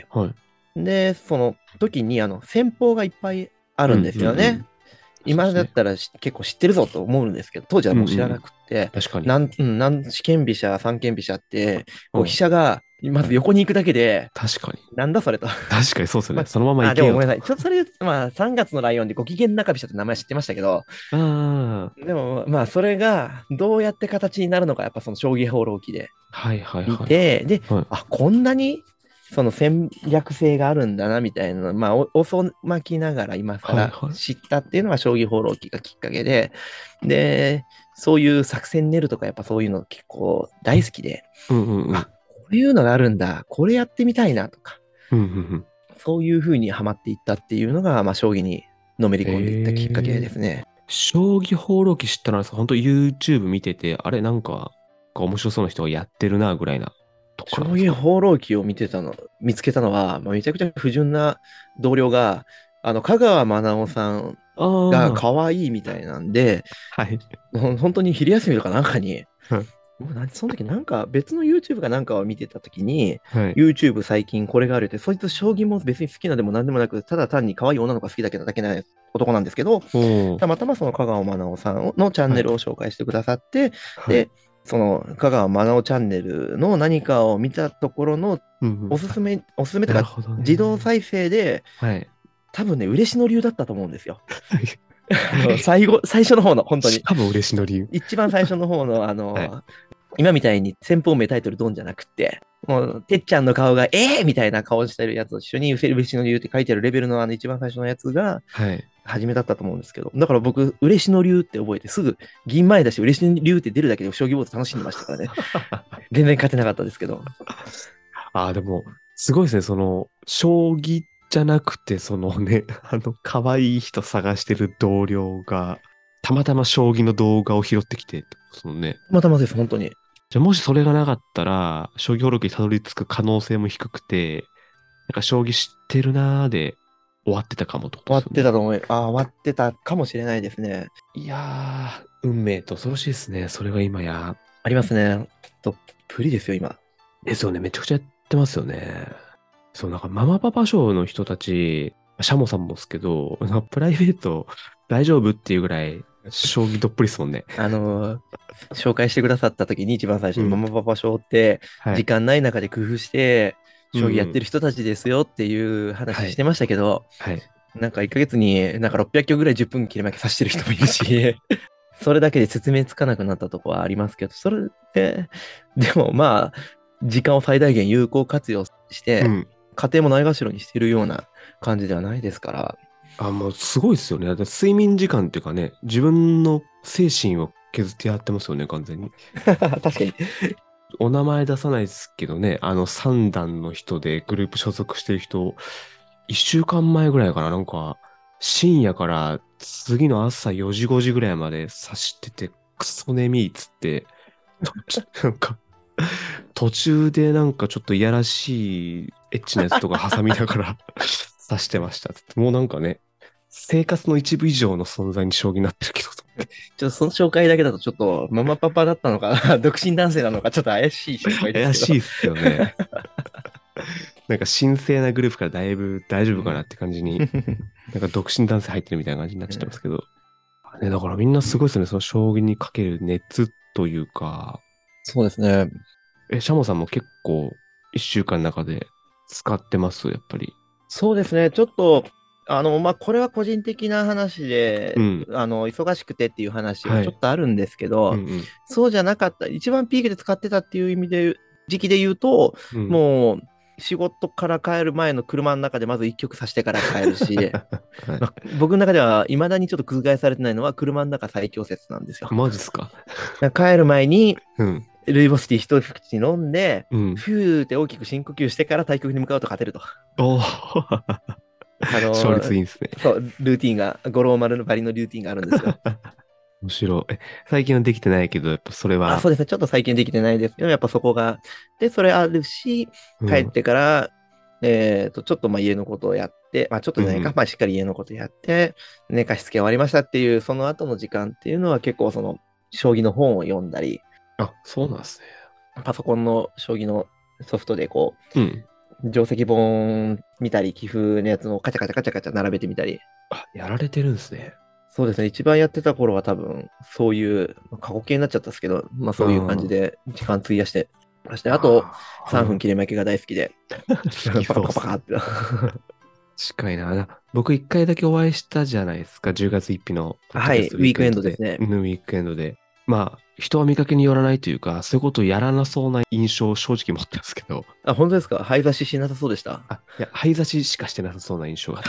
はい。 で、その時に、あの、戦法がいっぱいあるんうんですよね。 うんうん。そうですね。 今だったらし結構知ってるぞと思うんですけど、当時はうんもう知らなうんうん。 くて、 確かに。 なん、うん、なん四間飛車、三間飛車って、こう飛うん。 車がまず横に行くだけで、 確かに。 なんだそれと。 確かにそうですよね。 まそのままあ、あ、 行けよと。 でもごめんなさい。ちょっとそれ、まあ、さんがつのライオンでご機嫌中飛車って名前知ってましたけど、 ああ。 でもまあ、それがどうやって形になるのか、やっぱその将棋放浪記ではいはいはい見て、で、 はい。はい。 あ、こんなにその戦略性があるんだな、みたいな、まあ、お遅まきながら今更はいはい。 知ったっていうのが将棋放浪記がきっかけで、で、そういう作戦練るとか、やっぱそういうの結構大好きで、 うんうんうん。 あ、こういうのがあるんだ、これやってみたいなとか、 うんうんうん。 そういうふうにハマっていったっていうのが、まあ、将棋にのめり込んでいったきっかけええ、 ですね。 将棋放浪記知ったら、本当 YouTube 見てて、あれなんか、面白そうな人がやってるな、ぐらいなとこ将ろなんですか？ 棋放浪記を見てたの、見つけたのは、まあ、めちゃくちゃ不純な同僚が、あの、香川愛生さんがあ可愛いみたいなんで、 あ、はい。 ほん本当に昼休みとかなんかに、 はい。 もうなんその時なんか別の YouTube かなんかを見てた時に、 はい。 YouTube 最近これがあるって、そいつ将棋も別に好きなでもなんでもなく、ただ単に可愛い女の子が好きだけなだけな男なんですけど、 おー。 たまたまその香川愛生さんのチャンはい。 ネルを紹介してくださって、 はい。 で、その香川愛生チャンネルの何かを見たところのうんうん。あ、 おすすめ、おすすめというか、 なるほど自動ね。 再生で、 はい。 多分ね、嬉野流だったと思うんですよ。あの、最後、最初の方の、本当に。 多分嬉しの理由。 一番最初の方の、あはい。 の、今みたいに先方名タイトルドンじゃなくて、もう、てっちゃんの顔が、えーみたいな顔してるやつと一緒に、嬉野流って書いてあるレベルのあの一番最初のやつが、 はい。 初めだったと思うんですけど、だから僕、嬉野流って覚えて、すぐ銀前だし、嬉野流って出るだけで将棋ボード楽しんでましたからね。全然勝てなかったですけど。 ああ、でも、すごいですね。その、将棋じゃなくて、そのね、あの、可愛い人探してる同僚が、たまたま将棋の動画を拾ってきて、そのね。 たまたまです、本当に。 じゃあもしそれがなかったら、将棋登録にたどり着く可能性も低くて、なんか将棋知ってるなーで終わってたかもってこと終わっですよね。 てたと思い、ああ、終わってたかもしれないですね。 いやー、運命と恐ろしいですね。それが今や。 ありますね。とっぷりですよ、今。 ですよね。めちゃくちゃやってますよね。そう、なんかママパパ賞の人たち、シャモさんもですけど、なんかプライベート大丈夫っていうぐらい、将棋どっぷりですもんね。 あのー紹介してくださった時に一番最初にマうん。 マパパ賞ってはい。 時間ない中で工夫して将棋やってうんうん。 る人たちですよっていうはい。 話してましたけど、 はい。 なんかいっかげつになんかろっぴゃく局ぐらいじゅっぷん切り負けさせてる人もいるし、それだけで説明つかなくなったとこはありますけど、それで、でもまあ、時間を最大限有効活用して、 うん。 家庭もないがしろにしてるような感じではないですから、 あ、もうすごいですよね。だって睡眠時間っていうかね、自分の精神を削ってやってますよね、完全に。 確かに。 お名前出さないですけどね、あのさん段の人でグループ所属してる人、いっしゅうかんまえぐらいかな、なんか、深夜から次の朝よじごじぐらいまで指してて、クソ眠いっつって、となんか、途中でなんかちょっといやらしいエッチなやつとか挟みながら指してましたっつって。もうなんかね、生活の一部以上の存在に将棋になってるけど、 ちょっとその紹介だけだとちょっとママパパだったのか、独身男性なのか、ちょっと怪しい紹介ですけど。 怪しいっすよね。 なんか神聖なグループからだいぶ大丈夫かなって感じに、なんか独身男性入ってるみたいな感じになっちゃってますけど。ね、だからみんなすごいですよね、その将棋にかける熱というか、 そうですね。 え、シャモさんも結構一週間の中で使ってますやっぱり。 そうですね。ちょっと、あの、まあ、これは個人的な話で、 うん。 あの、忙しくてっていう話ははい。 ちょっとあるんですけど、 うんうん。 そうじゃなかった、一番ピークで使ってたっていう意味で、時期で言うと、 うん。 もう、仕事から帰る前の車の中でまず一曲さしてから帰るし、 はい。 まあ、僕の中では未だにちょっと覆されてないのは車の中最強説なんですよ。 マジっすか？ 帰る前にうん。 ルイボスティー一口飲んで、 うん。 フューって大きく深呼吸してから対局に向かうと勝てると。 おおあ勝のー率いいんですね。 そう、ルーティンが、五郎丸のバリのルーティンがあるんですよ。 面白い。え、最近はできてないけど、やっぱそれあ、 は、 そうですね。ちょっと最近できてないですけど、やっぱそこが。で、それあるし、 うん。 帰ってから、えっと、ちょっとまあ家のことをやって、まあちょっとじゃないか、 うんうん。 まあしっかり家のことやって、寝かしつけ終わりましたっていう、その後の時間っていうのは結構その、将棋の本を読んだり、 あ、そうなんですね。 パソコンの将棋のソフトでこうん。 う、定石本見たり、棋譜のやつをカチャカチャカチャカチャ並べてみたり。 あ、やられてるんですね。 そうですね。一番やってた頃は多分、そういう、まあ過去形になっちゃったんですけど、まあそういう感じうん。 で時間費やしてまして、あとああ、うさんぷんん。 切れ負けが大好きで、 好きパカそうっすね。 パカパカって。 近いな。な僕一回だけお会いしたじゃないですか。じゅうがつついたちのポッドはい、 キャストウィーウィークエンクエンドで。 ドですね。 うんウィークエンドで。まあ、人は見かけによらないというか、そういうことをやらなそうな印象を正直持ってますけど、 あ、本当ですか？灰差ししなさそうでした。 あ、いや、灰差ししかしてなさそうな印象があって、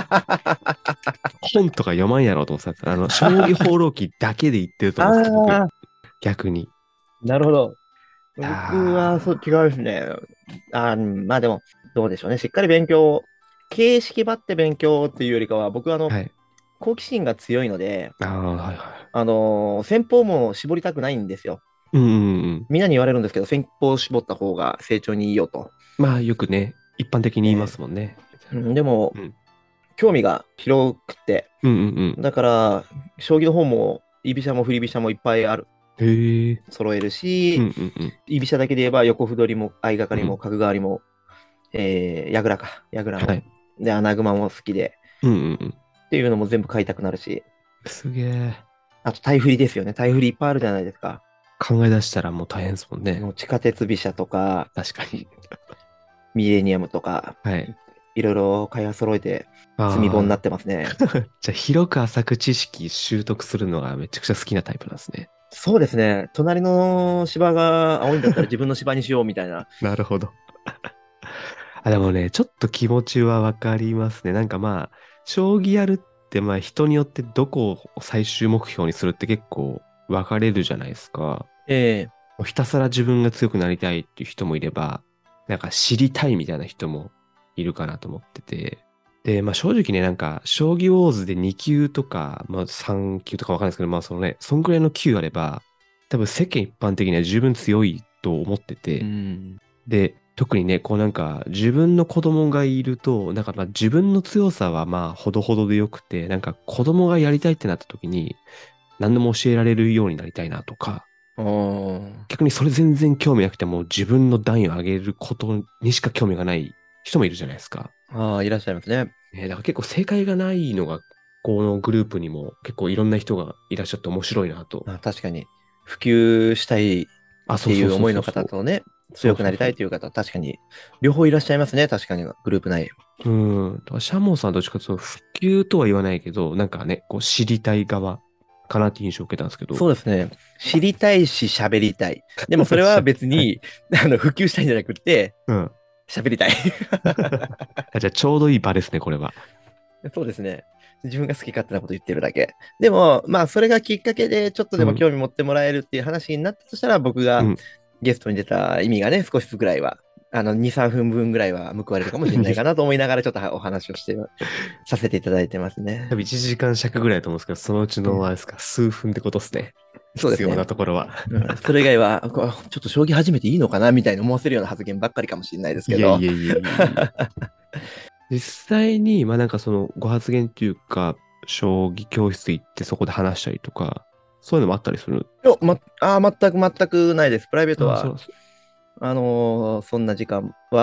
本とか読まんやろうと思ってた。あの、将棋放浪記だけで言ってると思ってて、僕、 ああ、 逆に。いなるほど。僕はそうや違うですね。あー、まあでも、どうでしょうね。しっかり勉強、形式ばって勉強っていうよりかは、僕はあー、 の、 はい。 好奇心が強いので、 ああ、はいはあのー戦法も絞りたくないんですよ。 い。うんうんうん。 みんなに言われるんですけど、戦法を絞った方が成長にいいよと。 まあ、よくね、一般的に言いまえすもんね。 ーうん、でも、 うん。 興味が広くて、 うんうんうん。 だから、将棋の方も、居飛車も振り飛車もいっぱいある。 へえ。 揃えるうんし、 うんうん。 居飛車だけで言えば、横歩取りも相掛かりもうん。 角換わりも、えー、矢倉か。矢倉も。 はい。 で、穴熊も好きで、 うんうんうん。 っていうのも全部買いたくなるし、 すげえ。 あと、タイ振りですよね。タイ振りいっぱいあるじゃないですか。 考え出したらもう大変ですもんね。 もう地下鉄飛車とか、 確かに。 ミレニアムとか、 はい。 いろいろ買い揃えて、積み本になあってますね。 あ。じゃあ、広く浅く知識習得するのがめちゃくちゃ好きなタイプなんですね。 そうですね。隣の芝が青いんだったら自分の芝にしようみたいな。 なるほど。あ、でもね、ちょっと気持ちはわかりますね。なんかまあ、将棋やるってまあ人によってどこを最終目標にするって結構分かれるじゃないですか。 ええ、 ひたすら自分が強くなりたいっていう人もいれば、なんか知りたいみたいな人もいるかなと思ってて。で、まあ正直ね、なんか、将棋ウォーズでに級とか、まあさん級とかわかんないですけど、まあそのね、そんくらいの級あれば、多分世間一般的には十分強いと思ってうて、 ん。 で、特にね、こうなんか、自分の子供がいると、なんかまあ自分の強さはまあほどほどでよくて、なんか子供がやりたいってなった時に、何でも教えられるようになりたいなとか、 ああ、 逆にそれ全然興味なくても自分の段位を上げることにしか興味がない人もいるじゃないですか。 ああ、いらっしゃいますね。 ね、だから結構正解がないのが、このグループにも結構いろんな人がいらっしゃって面白いなと。 あ、確かに。普及したいっあ、そてうそうそういう思いのそうそう。 方とね、強くなりそうそうそう。 たいという方、確かに、両方いらっしゃいますね。確かに、グループ内。 うん。だからシャモンさんどっちかというと普及とは言わないけど、なんかね、こう知りたい側かなって印象を受けたんですけど。 そうですね。知りたいし、喋りたい。でもそれは別はい。 に、あの、普及したいんじゃなくて、 うん。 喋りたい。 あ、じゃあちょうどいい場ですね、これは。 そうですね。自分が好き勝手なこと言ってるだけ。でも、まあ、それがきっかけで、ちょっとでもうん。 興味持ってもらえるっていう話になったとしたら、僕がうん。 ゲストに出た意味がね、少しぐらいは、あの、に、さんぷんぶんぐらいは報われるかもしれないかなと思いながら、ちょっとお話をしてさせていただいてますね。 多分いちじかん尺ぐらいだと思うんですけど、そのうちの、あれですか、数分ってことですね。必要そうですね。 なところは。 うん、それ以外は、こうちょっと将棋始めていいのかなみたいに思わせるような発言ばっかりかもしれないですけど。 いえいえいえいえいえ。実際に、まあなんかそのご発言っていうか、将棋教室行ってそこで話したりとか、そういうのもあったりするんですよ、 か？ ま、あー、全く全くないです。プライベートああ、 は、 そうなんです。 あのーそんな時間は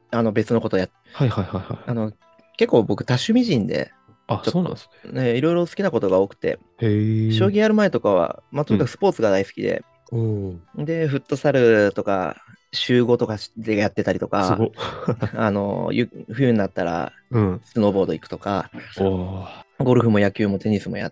あの別のことやっ、 はいはいはいはい。 あの、結構僕多趣味人で、 あ、 ちょっとそうなんですね、いろいろ好きなことが多くて、 ね。へえ。 将棋やる前とかは、まあ、とうん。 にかくスポーツが大好きで、 おお、 で、フットサルとか、週ごとかでやってたりとか、 すごっ。 あの、ゆ冬になったら、 うん。 スノーボード行くとか、 おお、 ゴルフも野球もテニスもやって、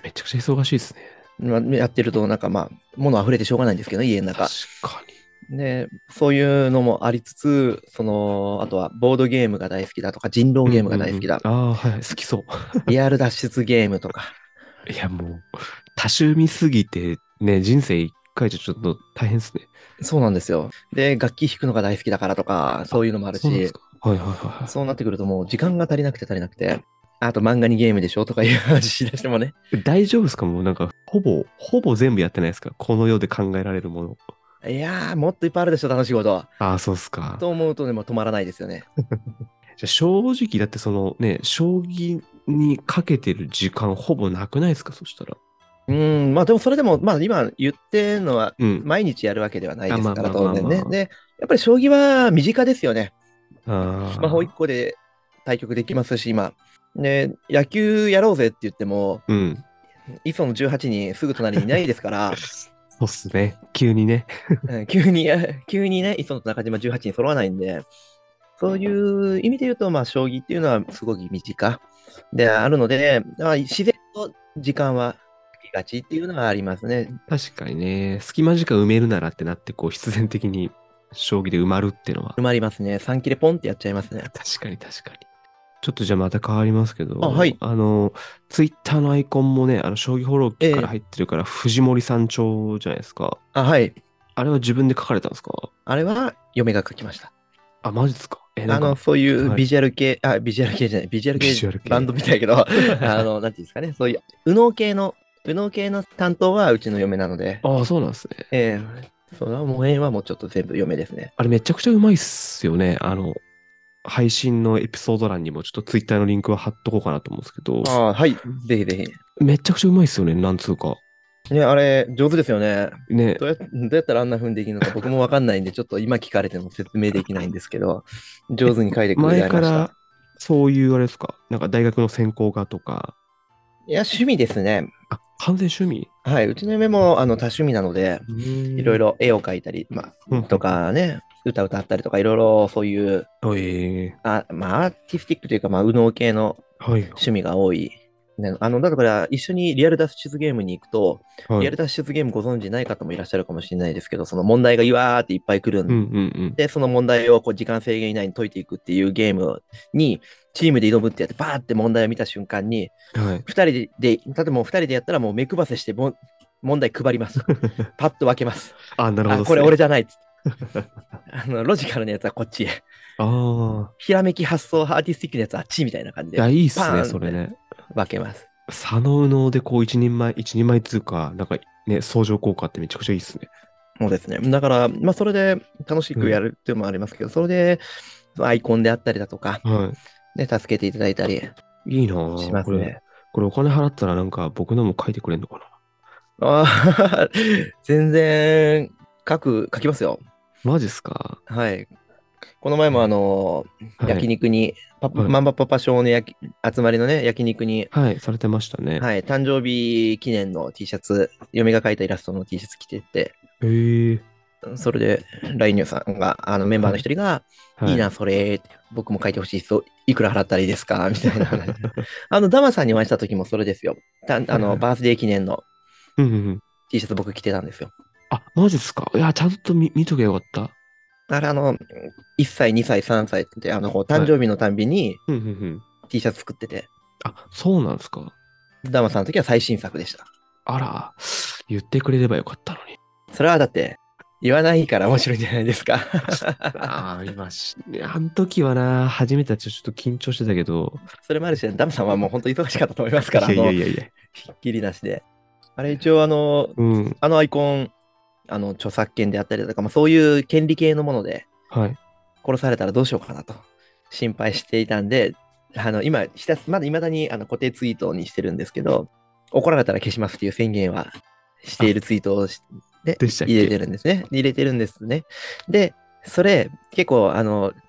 めちゃくちゃ忙しいですね。 まあやってると、なんかまあ、物溢れてしょうがないんですけどね、家の確中。 かに。 で、そういうのもありつつ、その、あとはボードゲームが大好きだとか、人狼うんゲームがうんうん。 大好きだ、 ああ、はいはい、好きそう。 リアル脱出ゲームとか、 いや、もう、多趣味すぎて、ね、人生一回じゃちょっと大変ですね。 そうなんですよ。で、楽器弾くのが大好きだからとか、 あ、 そういうのもあるし、 そうなんですか。はいはいはいはそうなってくるともう時間が足りなくて足りなくて、あと漫画にゲームでしょとかいう話しだしてもね。 い。大丈夫ですか？もうなんか、ほぼ、ほぼ全部やってないですか？この世で考えられるもの。 いやー、もっといっぱいあるでしょ、楽しいこと。 ああ、そうっすか。 と思うとね、もう止まらないですよね。 じゃあ正直、だってそのね、将棋にかけてる時間ほぼなくないですか？そしたら。 うーん、まあでもそれでも、まあ今言ってるのは、 うん。 毎日やるわけではないあ、 ですから、 まあまあ当然ね。 まあまで、やっぱり将棋は身近ですよね。 あ。 スマホ1 ああ。 個で対局できますし、今。で、野球やろうぜって言っても、 うん。 磯のじゅうはちにんすぐ隣にいないですから、 そうっすね。急にね。 うん急に、急にね、磯野と中島じゅうはちにん揃わないんで、そういう意味で言うと、まあ、将棋っていうのはすごく身近であるので、まあ、自然と時間はかけがちっていうのはありますね。 確かにね、隙間時間埋めるならってなって、こう、必然的に将棋で埋まるっていうのは。 埋まりますね。さん切れポンってやっちゃいますね。 確かに確かに。ちょっとじゃあまた変わりますけあ、はど、 い。 あの、ツイッターのアイコンもね、あの、将棋フォロー機からええ入ってるから、藤森さん帳じゃないですか。 あ、はい。 あれは自分で書かれたんですか？ あれは嫁が書きました。 あ、マジですか？え、なんあの、 か、 そういうはい。 ビジュアル系、あ、ビジュアル系じゃない、ビジュアルビ系バンジュアル系。 ドみたいけど、あの、なんていうんですかね、そういう、右脳系の、右脳系の担当はうちの嫁なので、 ああ、そうなんですね。 ええその萌えはもうちょっと全部嫁ですね。 あれめちゃくちゃうまいっすよね。あの、配信のエピソード欄にもちょっとツイッターのリンクは貼っとこうかなと思うんですけど、 ああ、はい。ぜひぜひ。 めちゃくちゃうまいっすよね、なんつうか。 ね、あれ、上手ですよね。 ね、 どうや、どうやったらあんな風にできるのか僕もわかんないんで、ちょっと今聞かれても説明できないんですけど、上手に書いてくれました。 前からそういうあれですか、なんか大学の専攻科とか、 いや、趣味ですね。 あ、完全趣味。 はい。うちの嫁もあの多趣味なので、 うーん。 いろいろ絵を描いたり、まあ、とふんふんふん。 かね、歌歌ったりとか、いろいろそういう、 あ、ええ、 あ、まあ、アーティスティックというか、まあ、右脳系のはい、 趣味が多い。ね、あの、だから一緒にリアル脱出ゲームに行くと、 はい。 リアル脱出ゲームご存知ない方もいらっしゃるかもしれないですけど、その問題がわーっていっぱい来るんうんうんで、その問題をこう時間制限以内に解いていくっていうゲームに、チームで挑むってやって、バーって問題を見た瞬間に、 うん。はい。 ふたりで、例えばもうふたりでやったらもう目配せしても問題配ります。パッと分けます。 あ、なるほどあ、これっすね。 俺じゃないっつって。あの、ロジカルなやつはこっちへ。 ああ。 ひらめき発想、アーティスティックなやつはあっちみたいな感じで、 いや、いいっすね、 パーンってそれね。 分けます。 左脳脳でこう一人前、一人前っつうか、なんかね、相乗効果ってめちゃくちゃいいっすね。 そうですね。だから、まあ、それで楽しうん。 くやるっていうのもありますけど、それでアイコンであったりだとか、 はね、助けていただいたりい。いいなしぁ。これ、 ますね。 これお金払ったらなんか僕のも書いてくれんのかあー全然書く、書きますよ。 な？マジっすか？ はい。この前もあえの、焼はい。 肉に、パはい。 マンバパパ賞の焼き集まりのね、焼肉に、 はい。されてましたね。 はい、誕生日記念の T シャツ、嫁が描いたイラストの T シャツ着てて、 へえ。 それで、ライニューさんが、あのメンバーはい。 の一人が、いはい。 いな、それって、僕も書いてほしいそう、いくら払ったらいいですかみたいな話。あの、ダマさんにお会いした時もそれですよ。たあの、 はいはい。 バースデー記念のうんうんうん。 T シャツ僕着てたんですよ。 あ、マジっすか？いや、ちゃんと見、見とけばよかった。 あれ、あの、いっさい、にさい、さんさいって、あの、こう誕はい。 生日のたんびにうんうんうん。 T シャツ作ってて、 あ、そうなんですか？ ダマさんの時は最新作でした。 あら、言ってくれればよかったのに。 それはだって、言わないから面白いんじゃないですか。 ああ、今し、いやあの時はな、初めてはちょっと緊張してたけど、 それもあるし、ダムさんはもう本当忙しかったと思いますから、 いやいやあの、 いやいや。 ひっきりなしで。あれ一応あの、 うん。 あのアイコン、あの、著作権であったりとか、まあ、そういう権利系のものではい。 殺されたらどうしようかなと心配していたんで、あの、今、ひたすまだ未だにあの固定ツイートにしてるんですけど、怒られたら消しますっていう宣言はしてあ、 いるツイートをしででしたっ入れてけ？ るんですね。入れてるんですね。で、それ、結構、あの、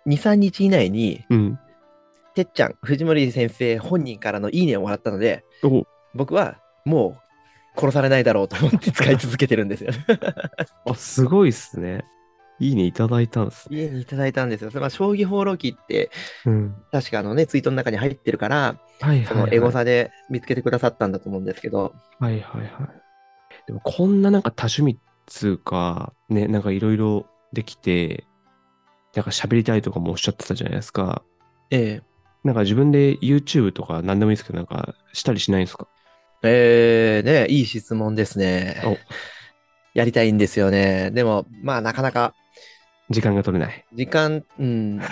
に、さんにち以内に、 うん。 てっちゃん、藤森先生本人からのいいねをもらったので、 お、 僕はもう殺されないだろうと思って使い続けてるんですよ。 あ、すごいっすね。いいねいただいたんですね。 家にいただいたんですよ。まあ、将棋放浪記って、 うん。 確かあのね、ツイートの中に入ってるから、 はいそのエゴはいはい。 サで見つけてくださったんだと思うんですけど、 はいはいはい。でもこんななんか多趣味っつうか、ね、なんかいろいろできて、なんか喋りたいとかもおっしゃってたじゃないですか。 えなんか自分で YouTube とか何でもいいですけど、なんかしたりしないんですか？ ええーね、いい質問ですね。 お、 やりたいんですよね。でも、まあ、なかなか、 時間が取れない。 時間、うん、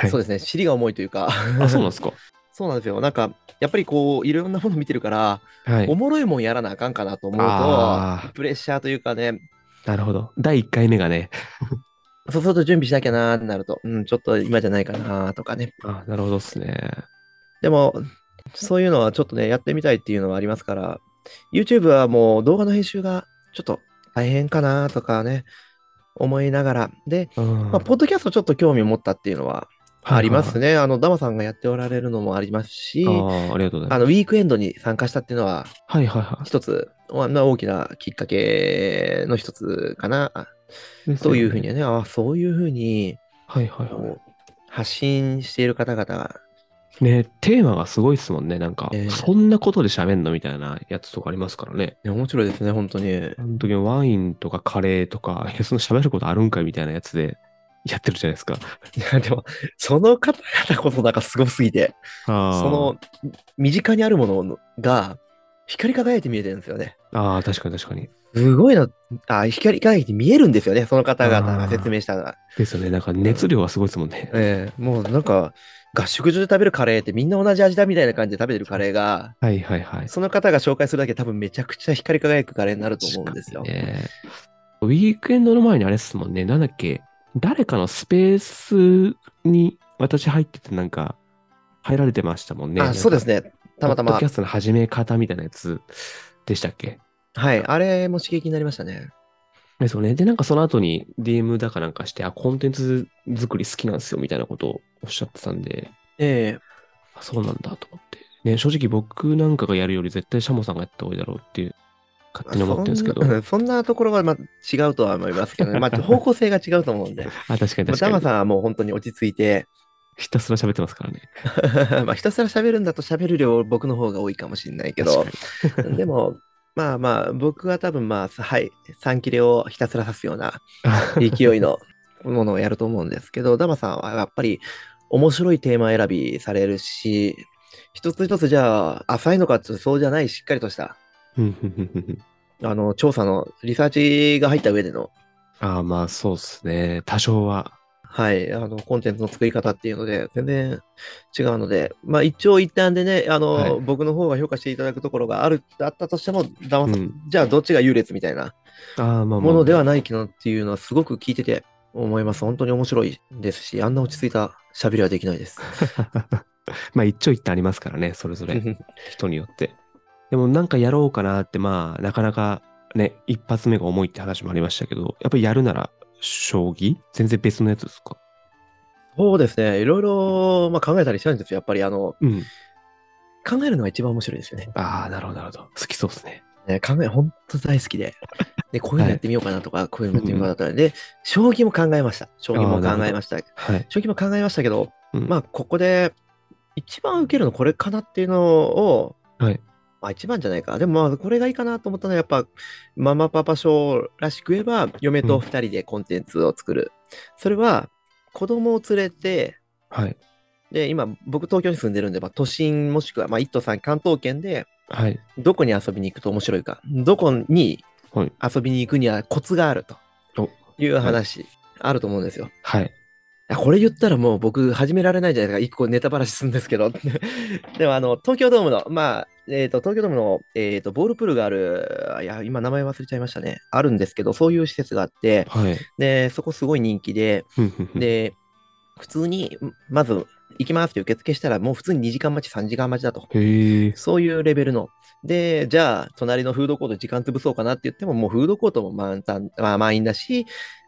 はい。 そうですね、尻が重いというかあ、そうなんですか。 そうなんですよ。なんか、やっぱりこう、いろんなもの見てるから、 はい。 おもろいもんやらなあかんかなと思うと、 あプレッシャーというかね、 ー、なるほど。だいいっかいめがね。 そうすると準備しなきゃなーってなると、うん、ちょっと今じゃないかなーとかね。 あ、なるほどっすね。 でも、そういうのはちょっとね、やってみたいっていうのはありますから、YouTube はもう動画の編集がちょっと大変かなとかね、思いながら、で、 うん。 まあ、 はポッドキャストちょっと興味を持ったっていうのはありいはいはい。 ますね。あの、ダマさんがやっておられるのもありますあし、 あ、ありがとうございあの、ウます。 ィークエンドに参加したっていうのは、 はいはいは一つ、まあ大きなきっかけの一つかな、 い。ですとよね。 いうふうにはね、あそういうふうに、 はいはいはこう、発信している方々が、 い。ね、テーマがすごいっすもんね。なんか、そえんなことで喋んのみたいなやつとかありますからね。 ー、面白いですね、本当に。 あの時ワインとかカレーとか、いや、その喋ることあるんかいみたいなやつでやってるじゃないですか。 いや、でも、その方々こそなんかすごすぎて、そあの身近にあるものが光り輝いて見えてるんですよね。 あ、ああ、確かに確かに。 すごいな、あ、光り輝いて見えるんですよね、その方々が説ああ、 明したのが。 ですよね。なんかうん、 熱量がすごいですもんね。 ええもうなんか、合宿所で食べるカレーってみんな同じ味だみたいな感じで食べてるカレーが、 はいはいはい。 その方が紹介するだけで多分めちゃくちゃ光り輝くカレーになると思うん確かですよ。 にね。ウィークエンドの前にあれっすもんね。なんだっけ。誰かのスペースに私入っててなんか入られてましたもんね。 あ、 なんか、 そうですね。たポッまたま。 ドキャストの始め方みたいなやつでしたっけ？ はい。あれも刺激になりましたね。 ですよね。で、なんかその後に ディーエム だかなんかして、あ、コンテンツ作り好きなんですよみたいなことをおっしゃってたんで、 ええあ、そうなんだと思って。ね、正直僕なんかがやるより絶対シャモさんがやった方がいいだろうっていう、勝まあ手に思ってるんですそんな、うけど。 んそんなところはまあ違うとは思いますけどね。まあ方向性が違うと思うんで。 あ、確かにまあ、 確かに。 ダマさんはもう本当に落ち着いて、 ひたすら喋ってますからね。 まあひたすら喋るんだと喋る量僕の方が多いかもしれないけど、 確かに。 でも、まあまあ僕は多分まあ、はい、さん切れをひたすら刺すような勢いのものをやると思うんですけど、ダマさんはやっぱり面白いテーマ選びされるし、一つ一つじゃあ浅いのかっていうとそうじゃないしっかりとしたふんふんふんふんふん。 あの調査のリサーチが入った上での、 ああ、まあそうっすね。多少は。 はい、あのコンテンツの作り方っていうので全然違うので、まあ一長一短でね、あはい。 の僕の方が評価していただくところがある、あったとしても、ダマさん、 うん。 じゃあどっちが優劣みたいなああ、まあまものではあまないけどっていうのはすごく聞いてて思います。本当に面白いですし、あんな落ち着いた喋りはできないです。 あ。まあ一長一短ありますからね、それぞれ。人によって。でもなんかやろうかなって、まあなかなかね、一発目が重いって話もありましたけど、やっぱりやるなら将棋全然別のやつですか？ そうですね。いろいろ、まあ、考えたりしたんですよ。やっぱりあの、 うん。 考えるのが一番面白いですよね。 ああ、なるほど、なるほど。好きそうですね。 ね考え、本当大好きで。で、こういうのはい。 やってみようかなとか、こういうのやってみようかうん。 なとか。で、将棋も考えました。将棋ああ、 も考なるほど。 えました。 はい。 将棋も考えましたけど、 うん。 まあ、ここで一番受けるのこれかなっていうのを、 はい。 まあ一番じゃないか。でもまあこれがいいかなと思ったのはやっぱママパパ賞らしく言えば嫁うん。 と二人でコンテンツを作る。それは子供を連れて、 はい。 で今僕東京に住んでるんで、まあ、都心もしくはまあ一都さん関東圏ではい。 どこに遊びに行くと面白いか。どこにはい。 遊びに行くにはコツがあるとお、 いうはい。 話あると思うんですよ。 はい。 あこれ言ったらもう僕始められないじゃないですか。一個ネタバラシするんですけど。でもあの、東京ドームの、まあ、えっと、東京ドームの、えっと、ボールプールがある、いや、今名前忘れちゃいましたね。あるんですけど、そういう施設があって、 はい。 で、そこすごい人気で、 ふんふんふん。 で、普通に、まず、行きますって受付したら、もう普通ににじかん待ち、さんじかん待ちだと。 へえ。 そういうレベルの。で、じゃあ、隣のフードコート時間潰そうかなって言っても、もうフードコートも満タン、まあ、満員だし、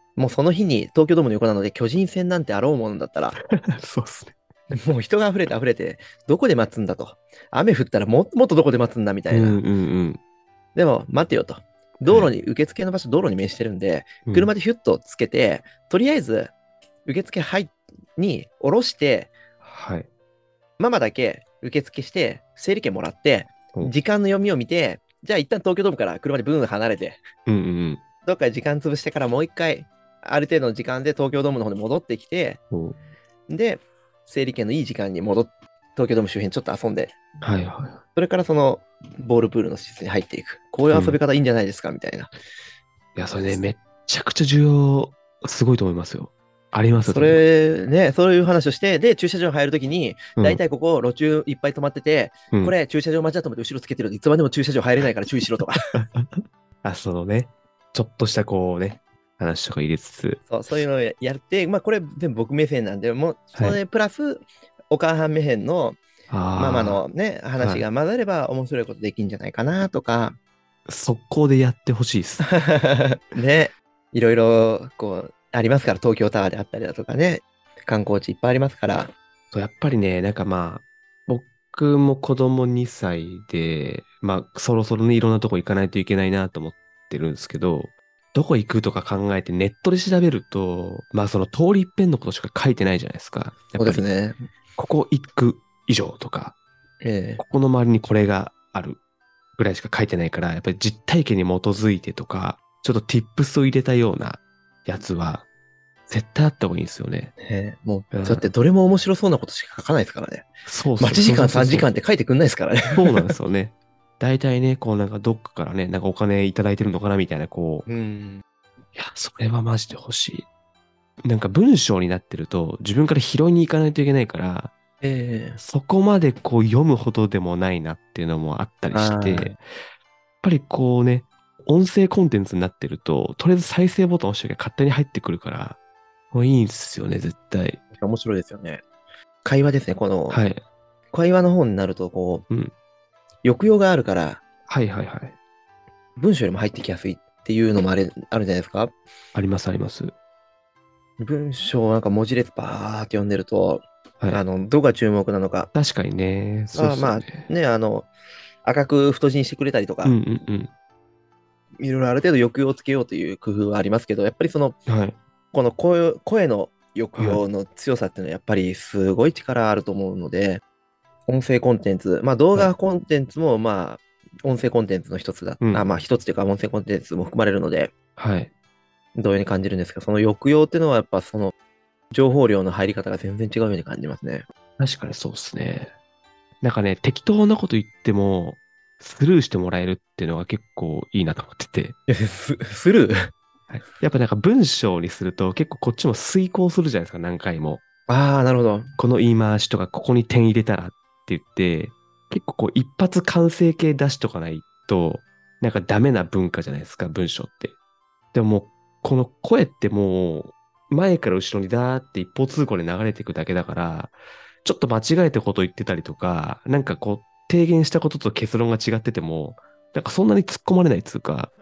もうその日に東京ドームの横なので巨人戦なんてあろうものだったら、 そうっすね。 もう人が溢れて溢れて、どこで待つんだと。雨降ったらもっともっとどこで待つんだみたいな。 うんうんうん。 でも待ってよと。道はい。 路に、受付の場所道路に面してるんで、 うん。 車でヒュッとつけて、とりあえず受付入に下ろして、 はい。 ママだけ受付して、整理券もらって、 お時間の読みを見て、じゃあ一旦東京ドームから車でブーン離れて、 うんうんどっかで時間潰してからもう一回、ある程度の時間で東京ドームの方に戻ってきて、 うん。おで、整理券のいい時間に戻って、東京ドーム周辺ちょっと遊んで、 はいはそれからそのボールプールの施設に入っていく。こういい。 ううん。 遊び方いいんじゃないですかみたいな。 いや、それね、めっちゃくちゃ重要、すごいと思いますよ。ありますよ、 そそれは。 れね、そういう話をして、で、駐車場に入るときに、 うん。 だいたいここ路中いっぱい止まってて、 うん。 これ駐車場待ちだと思って後ろつけてるといつまでも駐車場入れないから注意しろとか。 あ、そのね、ちょっとしたこうね、話とか入れつつ。 そう、そういうのをやって、まあこれ全部僕目線なんで、もうはい。 それプラス、お母さん目線のママあのね、 あ、はい。 話が混ざれば面白いことできんじゃないかなとか、 速攻でやってほしいです。 ね、いろいろこうありますから、東京タワーであったりだとかね、観光地いっぱいありますから。 そうやっぱりね、なんかまあ、僕も子供にさいで、まあ、そろそろね、いろんなとこ行かないといけないなと思ってるんですけど、どこ行くとか考えてネットで調べると、まあその通り一遍のことしか書いてないじゃないですか。やそうっぱり、 ですね。 ここ行く以上とか、 えここの周りにこれがあるぐらいしか書いてないから、やっぱり実体験に基づいてとか、ちょっと tips を入れたようなやつは、絶対あった方がいいんですよね。 えええもう、 うん。 だってどれも面白そうなことしか書かないですからね。 そうそうそう待ち時間3 そうそうそう。 時間って書いてくんないですからね。 そうなんですよね。大体ね、こうなんかどっかからね、なんかお金いただいてるのかなみたいな、こう、 うん。 いや、それはマジで欲しい。なんか文章になってると、自分から拾いに行かないといけないから、 ええそこまでこう読むほどでもないなっていうのもあったりして、やっあぱりこうね、音声コンテンツになってると、とりあえず再生ボタンを押しておけば勝手に入ってくるから、もういいんですよね、絶対。 あ、面白いですよね。会話ですね。この、 はい。 会話の方になると、こう、 うん。 抑揚があるから、 はいはいはい。 文章よりも入ってきやすいっていうのもあれ、あるじゃないですか。 ありますあります。 文章をなんか文字列バーって読んでると、 はい。 あの、どこが注目なのか。 確かにね、そうっあまあ、 すよね。 ね、あの、赤く太字にしてくれたりとうんか、 うんいろいろある程度抑揚をつけようという工夫はありますけど、やっぱりその、 うん。はい。 この声声の抑はい。 揚の強さっていうのはやっぱりすごい力あると思うので、音声コンテンツ、まあ動はい。 画コンテンツもまあ音声コンテンツの一つだ、あ、 うん。 まあ一つというか音声コンテンツも含まれるので、 はい。 同様に感じるんですけど、その抑揚っていうのはやっぱその情報量の入り方が全然違うように感じますね。 確かにそうっすね。なんかね、適当なこと言っても、スルーしてもらえるっていうのが結構いいなと思ってて。 いやススルー。 はい。やっぱなんか文章にすると結構こっちも遂行するじゃないですか、何回も。 ああ、なるほど。 この言い回しとか、ここに点入れたらって言って、結構こう一発完成形出しとかないと、なんかダメな文化じゃないですか、文章って。でももう、この声ってもう、前から後ろにダーって一方通行で流れていくだけだから、ちょっと間違えたこと言ってたりとか、なんかこう、提言したことと結論が違ってても、なんかそんなに突っ込まれないっつうか、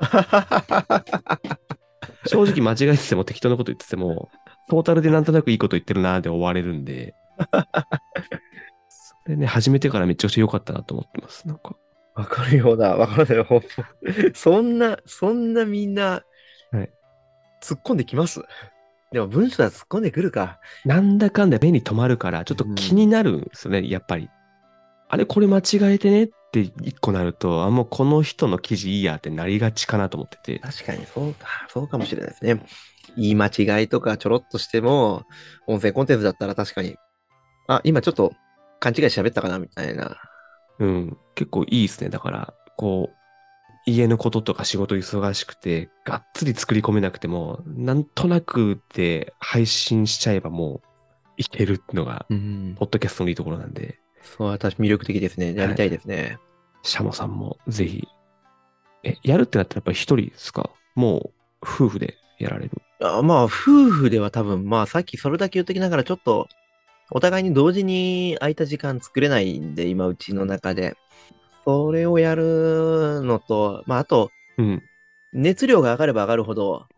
正直間違えてても適当なこと言ってても、トータルでなんとなくいいこと言ってるなーで終われるんで、それね、始めてからめちゃくちゃ良かったなと思ってます。なんか。 わかるようだ、わかるよ。ほんとそんな、そんなみんなはい。 突っ込んできます。でも文章は突っ込んでくるか。 なんだかんだ目に留まるから、ちょっと気にうん。 なるんですよね、やっぱり。あれ、これ間違えてねって一個なると、あ、もうこの人の記事いいやってなりがちかなと思ってて。 確かにそうか、そうかもしれないですね。言い間違いとかちょろっとしても、音声コンテンツだったら確かに、あ、今ちょっと勘違いし喋ったかなみたいな。 うん。結構いいですね。だから、こう、家のこととか仕事忙しくて、がっつり作り込めなくても、なんとなくで配信しちゃえばもういけるってのが、 うん。 ポッドキャストのいいところなんで、 そう、私魅力的ですね。やりたいはい。 ですね。 シャモさんもぜひ、え、やるってなったらやっぱり一人ですか？もう、夫婦でやられる？ あ、まあ、夫婦では多分、まあ、さっきそれだけ言ってきながら、ちょっと、お互いに同時に空いた時間作れないんで、今、うちの中で。それをやるのと、まあ、あと、 うん。 熱量が上がれば上がるほど、 はい。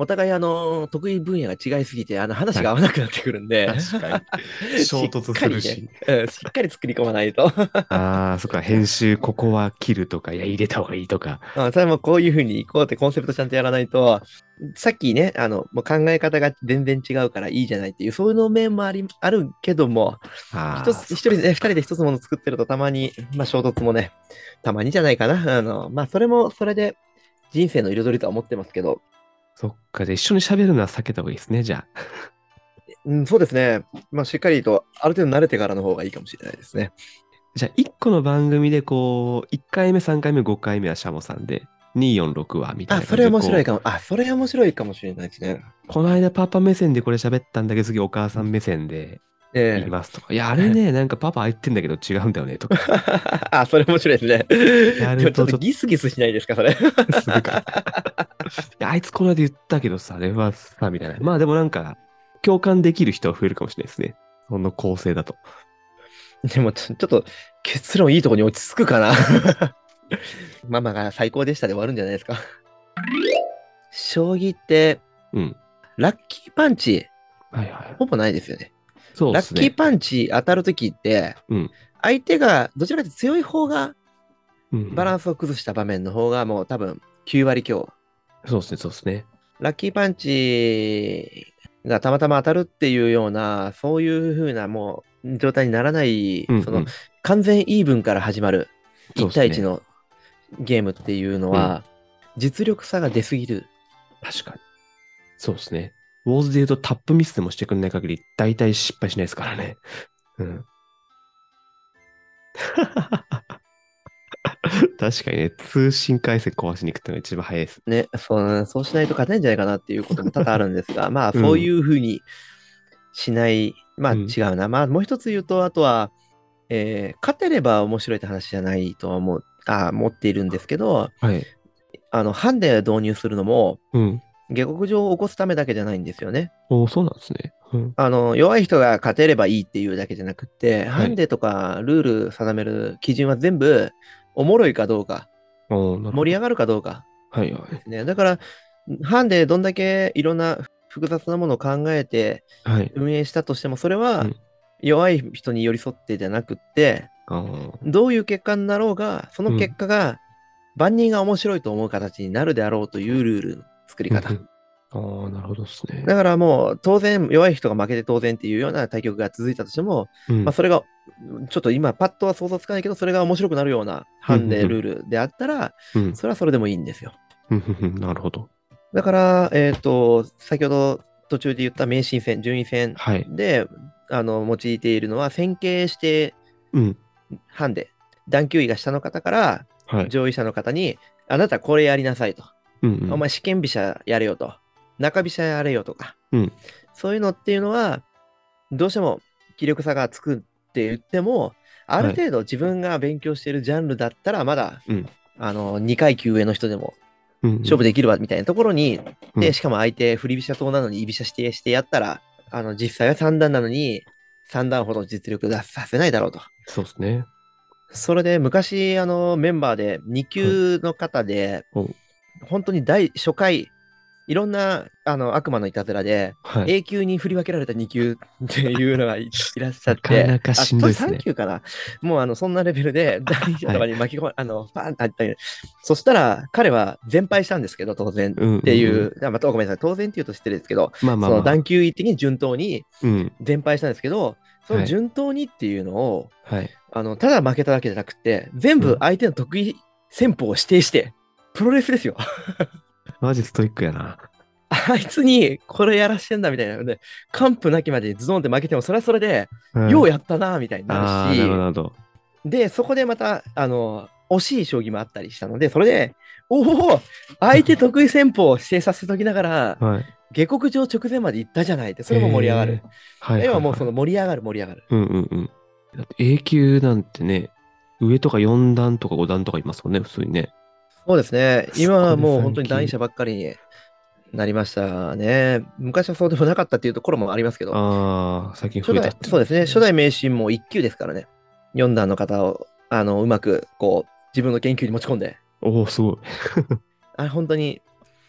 お互いあの、得意分野が違いすぎて、あの話はい。 が合わなくなってくるんで、 確かに。衝しっ突かりね、 するし。 うん、しっかり作り込まないと。 ああ、そっか、編集、ここは切るとか、いや、入れた方がいいとか。 あ、それもこういうふうに行こうってコンセプトちゃんとやらないと、さっきね、あの、もう考え方が全然違うからいいじゃないっていう、そういうの面もあり、あるけども、一ああ、 つ、一そっか。 人でね、二人で一つのもの作ってるとたまに、まあ衝突もね、たまにじゃないかな。あの、まあそれもそれで人生の彩りとは思ってますけど、 そっか。で、一緒に喋るのは避けた方がいいですね、じゃあ。 うん、そうですね。まあしっかりと、ある程度慣れてからの方がいいかもしれないですね。 じゃあ、一個の番組で、こう、いっかいめ、さんかいめ、ごかいめはシャモさんで、に、よん、ろくは、みたいあ、 な感じで、 それ面白いこう、 かも。あ、それ面白いかもしれないですね。 この間パパ目線でこれ喋ったんだけど、次お母さん目線で言いえますとか。いや、あれえ。 ね、なんかパパ言ってんだけど違うんだよね、とか。 あ、それ面白いですね。 やでもちょっとるとちょっとギスギスしないですか、それ。 するから。いや、あいつこの間言ったけどさ、あれはさ、みたいな。まあでもなんか、共感できる人は増えるかもしれないですね。その構成だと。 でもちょ、ちょっと結論いいところに落ち着くかな。ママが最高でしたで終わるんじゃないですか。将棋って、 うん。 ラッキーパンチ、 はいはい。 ほぼないですよね。ラッキーそうですね。 パンチ当たるときって、 うん。 相手がどちらかというと強い方がうん。 バランスを崩した場面の方がもう多分きゅう割強。 そうですね、そうですね。 ラッキーパンチがたまたま当たるっていうような、そういう風なもう状態にならない、そのうんうん。 完全イーブンから始まるいちそうですね。 対いちのゲームっていうのうん。 は、実力差が出すぎる。 確かに。そうですね。ウォーズで言うとタップミスでもしてくんない限り、大体失敗しないですからね。うん。確かにね、通信回線壊しに行くってのが一番早いです。 ね、そう、そうしないと勝てないんじゃないかなっていうことも多々あるんですが、まあそういうん。 う風にしない、まあうん。 違うな。まあもう一つ言うと、あとは、えー勝てれば面白いって話じゃないとは思う、あ、思っているんですけど、 はい。 あの、ハンデ導入するのも、 うん。 下克上を起こすためだけじゃないんですよね。 おー、そうなんですね。うん。 あの、弱い人が勝てればいいっていうだけじゃなくて、 はい。 ハンデとかルール定める基準は全部、おもろいかどうか、 おー、なるほど。 盛り上がるかどうかはいはい。 ですね。だから、ハンデどんだけいろんな複雑なものを考えてはい。 運営したとしても、それはうん。 弱い人に寄り添ってじゃなくって、 あー。 どういう結果になろうが、そのうん。 結果が万人が面白いと思う形になるであろうというルールの作り方。 うんうん。ああ、なるほどですね。 だからもう当然弱い人が負けて当然っていうような対局が続いたとしても、 うん。 まあそれがちょっと今パッとは想像つかないけど、それが面白くなるようなうん。 ハンデうん。 ルールであったら、 うん。 それはそれでもいいんですよ。 うん。うん。なるほど。 だから、えっと、先ほど途中で言った名人戦、順位戦はい。 で、あの、用いているのは、線形してうん。 ハンデ、段級位が下の方からはい。 上位者の方に、あなたこれやりなさいと。 うんうん。 お前試験飛車やれよと。中飛車やれよとか。 うん。 そういうのっていうのは、どうしても気力差がつくって言っても、あるはい。 程度自分が勉強しているジャンルだったら、まだ、 うん。 あの、にかい級上の人でもうんうん。 勝負できるわみたいなところに、で、 うん。 しかも相手振り飛車党なのに居飛車指定してやったら、あの、実際はさん段なのに、さん段ほど実力出させないだろうと。 そうですね。 それで昔、あの、メンバーでにはい。 級の方で、 お、 本当に第初回、いろんなあの悪魔のいたずらで、 はい。 A 級に振り分けられたに級っていうのがい、いらっしゃなかって、 なかあ、当時3 しんどいですね。 級かな。もうあのそんなレベルで、第一とはい。 かに巻き込ま、あの、パーンって入ったりそしたら、彼は全敗したんですけど、当然うんっていう、 うんうん。 あまあ、ごめんなさい、当然っていうと失礼ですけど、 まあまあその段まあ。 級的に順当にうん。 全敗したんですけど、そのはい。 順当にっていうのを、 はい。 あの、ただ負けただけじゃなくて、全うん。 部相手の得意戦法を指定して、プロレスですよ。 マジストイックやな。 あいつにこれやらしてんだみたいなので、完膚なきまでズドンって負けても、それはそれで、よはい。 うやったなみたいになるああ、なるほど、 し、 なるほど。 で、そこでまた、あの、惜しい将棋もあったりしたので、それで、おお、相手得意戦法を指定させておきながら、 はい。 下克上直前まで行ったじゃないって、それも盛り上がる。 ええ、はい要はもうそはいはい。 の盛り上がる盛り上がる。 うんうんうん。だって A 級なんてね、上とかよん段とかご段とかいますもんね、普通にね。 そうですね。今はそこでもう本当さん級。 に段位者ばっかりになりましたね。昔はそうでもなかったっていうところもありますけど、 ああ、最近増えたっ初代、 ていうそうですね。初のですね。 代名人もいっ級ですからね。よん段の方を、あの、うまく、こう、自分の研究に持ち込んで、 おお、すごい。 あれ、本当に、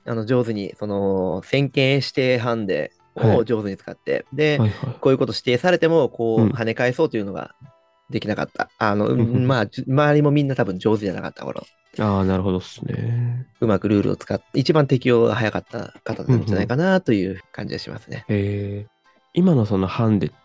あの上手に、その、先見指定ハンデはい。 を上手に使って、で、 はいはい。 こういうこと指定されても、こう、 うん。 跳ね返そうというのができなかった。あの、ううんうんんまあ、じ周りもみんな多分上手じゃなかった頃、 うん。ああ、なるほどっすね。 うまくルールを使って、一番適用が早かった方うんうなんじゃないん。 かなという感じがしますね。 えー、今のそのハンデって、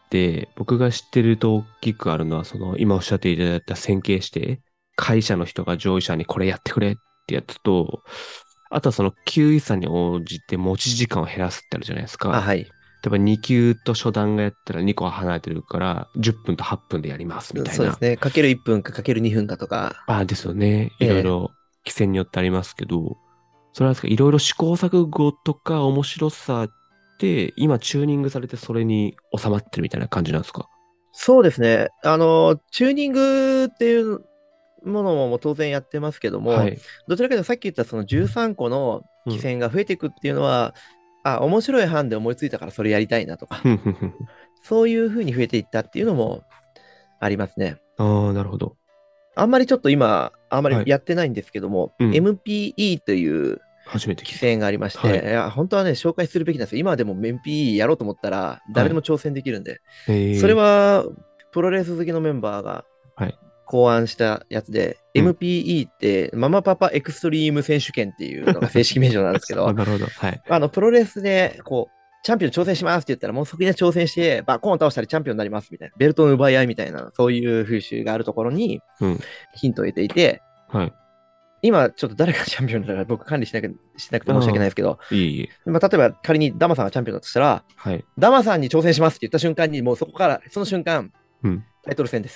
僕が知ってると大きくあるのは、その今おっしゃっていただいた線形して、会社の人が上位者にこれやってくれってやつと、あとはその球威差に応じて持ち時間を減らすってあるじゃないですあ、 か。 はい。 例えばに球と初段がやったらにこ離れてるから、じゅっぷんとはっぷんでやりますみたいな。 そうですね。かけるいっぷんかかけるにふんかとか。 ああ、ですよね。いろいええ、 ろ規制によってありますけど、それはですか、いろいろ試行錯誤とか面白さって今チューニングされてそれに収まってるみたいな感じなんですか？ そうですね。あの、チューニングっていうものも当然やってますけども、 はい。 どちらかというとさっき言ったそのじゅうさんこのうん。 棋戦が増えていくっていうのは、あ、面白い班で思いついたからそれやりたいなとか、 ふんふんふんふん。 そういうふうに増えていったっていうのもありますね。 ああ、なるほど。 あんまりちょっと今、あんまりはい。 やってないんですけども、 うん。 エムピーイー という初めて聞いた。 規制がありまして、 はい。 いや、本当はね、紹介するべきなんですよ。今でも エムピーイー やろうと思ったら、 はい。 誰でも挑戦できるんで。それええ、 は、プロレス好きのメンバーがはい。 考案したやつで、 うん。 エムピーイー ってママパパエクストリーム選手権っていうのが正式名称なんですけあ、 ど、 なるほど。はい。 あの、プロレスで、こう、チャンピオン挑戦しますって言ったら、もうそこに挑戦して、バコーン倒したらチャンピオンになりますみたいな、ベルトの奪い合いみたいな、そういう風習があるところにうん。 ヒントを得ていて、 はい。 今、ちょっと誰がチャンピオンだから僕管理しなくしなくて申し訳ないああ、 ですけど、 いえいえ。 まあ、例えば仮にダマさんがチャンピオンだとしたら、 はい。 ダマさんに挑戦しますって言った瞬間に、もうそこから、その瞬間、 うん。 タイトル戦です。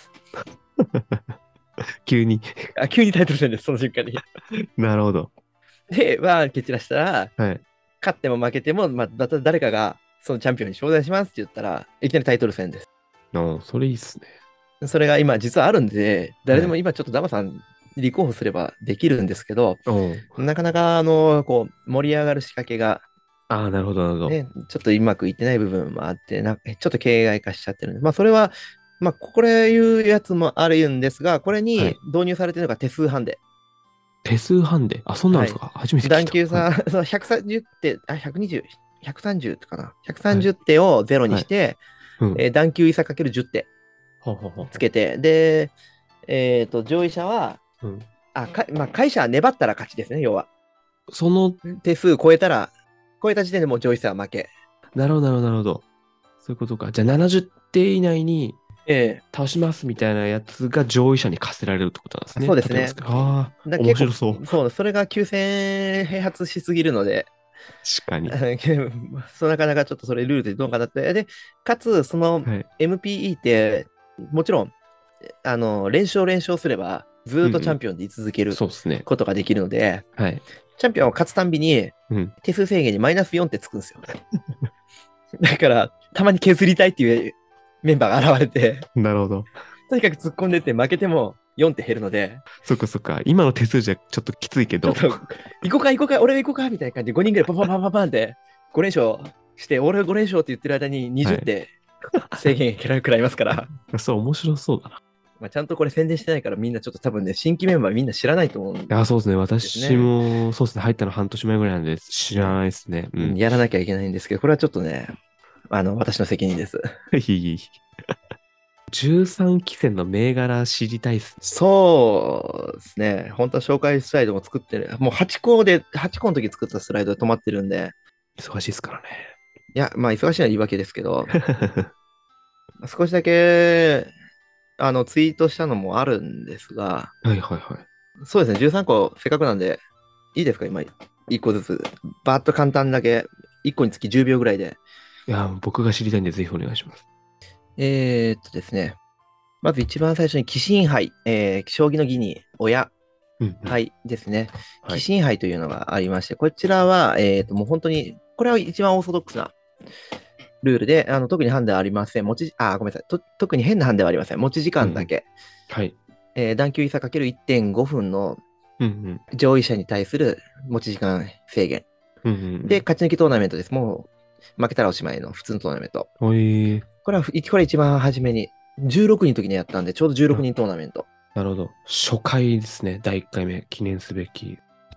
急に。 あ、急にタイトル戦です、その瞬間に。 なるほど。 で、まあ、蹴散らしたら、 はい。 勝っても負けても、まあ、また誰かがそのチャンピオンに招待しますって言ったら、いきなりタイトル戦です。 ああ、それいいっすね。 それが今実はあるんで、誰でもはい。 今ちょっとダマさん立候補すればできるんですけど、 おお。 なかなかあの、こう、盛り上がる仕掛けがああ、なるほど、なるほど。 ね、ちょっとうまくいってない部分もあって、なんかちょっと形骸化しちゃってるんで、まあそれは、まあこれいうやつもあるんですが、これにはい。 導入されているのが手数ハンデ。 手数ハンデ。あ、そんなんあはい。 るんですか？初めて聞いた。 段級はい。 差、そのひゃくさんじゅう手、あ、ひゃくにじゅう、ひゃくさんじゅうかな。 はい。 ひゃくさんじゅう手をゼロにはい。 して、 うん。 えー段級差かけるじゅう手ほうほうほうほつけて、で、えっと、上位者は、 う。うん。 あ、か、まあ、会社は粘ったら勝ちですね、要は。 その、 手数超えたら、超えた時点でもう上位者は負け。 なるほど、なるほど、なるほど。そういうことか。じゃあななじゅう手以内にええ、 倒しますみたいなやつが上位者に課せられるってことなんですね。 そうですね。 例えばですけど。ああ、 だ結構、 面白そう。 そう、それが急戦併発しすぎるので、 確かに。 そうなかなかちょっとそれルールでどうかなって。で、かつ、そのはい。 エムピーイー って、もちろん、あの、連勝連勝すれば、ずーっとチャンうんうん。 ピオンで居続けるそうですね。 ことができるので、 はい。 チャンピオンを勝つたんびに、 うん。 手数制限にマイナスよんってつくんですよ。だから、たまに削りたいっていうメンバーが現れて、 なるほど。 とにかく突っ込んでって負けてもよんって減るので、 そっかそっか。今の手数じゃちょっときついけど。 ちょっと、行こうか行こうか、俺が行こうかみたいな感じでごにんぐらいパンパンパンパンパンってご連勝して、俺がご連勝って言ってる間に20 はい。 手制限蹴られるくらいいますから、 そう、面白そうだな。 まあ、ちゃんとこれ宣伝してないからみんなちょっと多分ね、新規メンバーみんな知らないと思うんいや、そうですね。私ですね。 も、そうですね。入ったの半年前ぐらいなんで知らね、 ないですね。うん。 やらなきゃいけないんですけど、これはちょっとね、あの、私の責任です。 いいいいじゅうさん期戦の銘柄知りたいっす。 そうですね。本当は紹介スライドも作ってる。もうはちこで、はちこの時作ったスライドで止まってるんで、 忙しいっすからね。 いや、まあ忙しいのは言い訳ですけど、少しだけ、あの、ツイートしたのもあるんですが、 はいはいはい。 そうですね、じゅうさんこせっかくなんで、いいですか、今、いっこずつ。バーッと簡単だけ、いっこにつきじゅうびょうぐらいで。 いや、僕が知りたいんでぜひお願いします。 えー、っとですね、まず一番最初に、棋神杯、えー、将棋の儀に親うんうん。 杯ですね。 はい。 棋神杯というのがありまして、こちらは、えー、っと、もう本当に、これは一番オーソドックスなルールで、あの特にハンデはありません。持ち、あ、ごめんなさい。と特に変なハンデはありません。持ち時うんうん。 間だけ。 はい。 えー、段級差 ×いってんご 分のうんうん。 上位者に対する持ち時間制限。 うんうんうで、 ん。 勝ち抜きトーナメントです。もう、負けたらおしまいの普通のトーナメント。 おいー。 これは、これ一番初めに、じゅうろくにんの時にやったんで、ちょうどじゅうろくあ、 にんトーナメント。 なるほど。初回ですね。だいいっかいめ。記念すべき。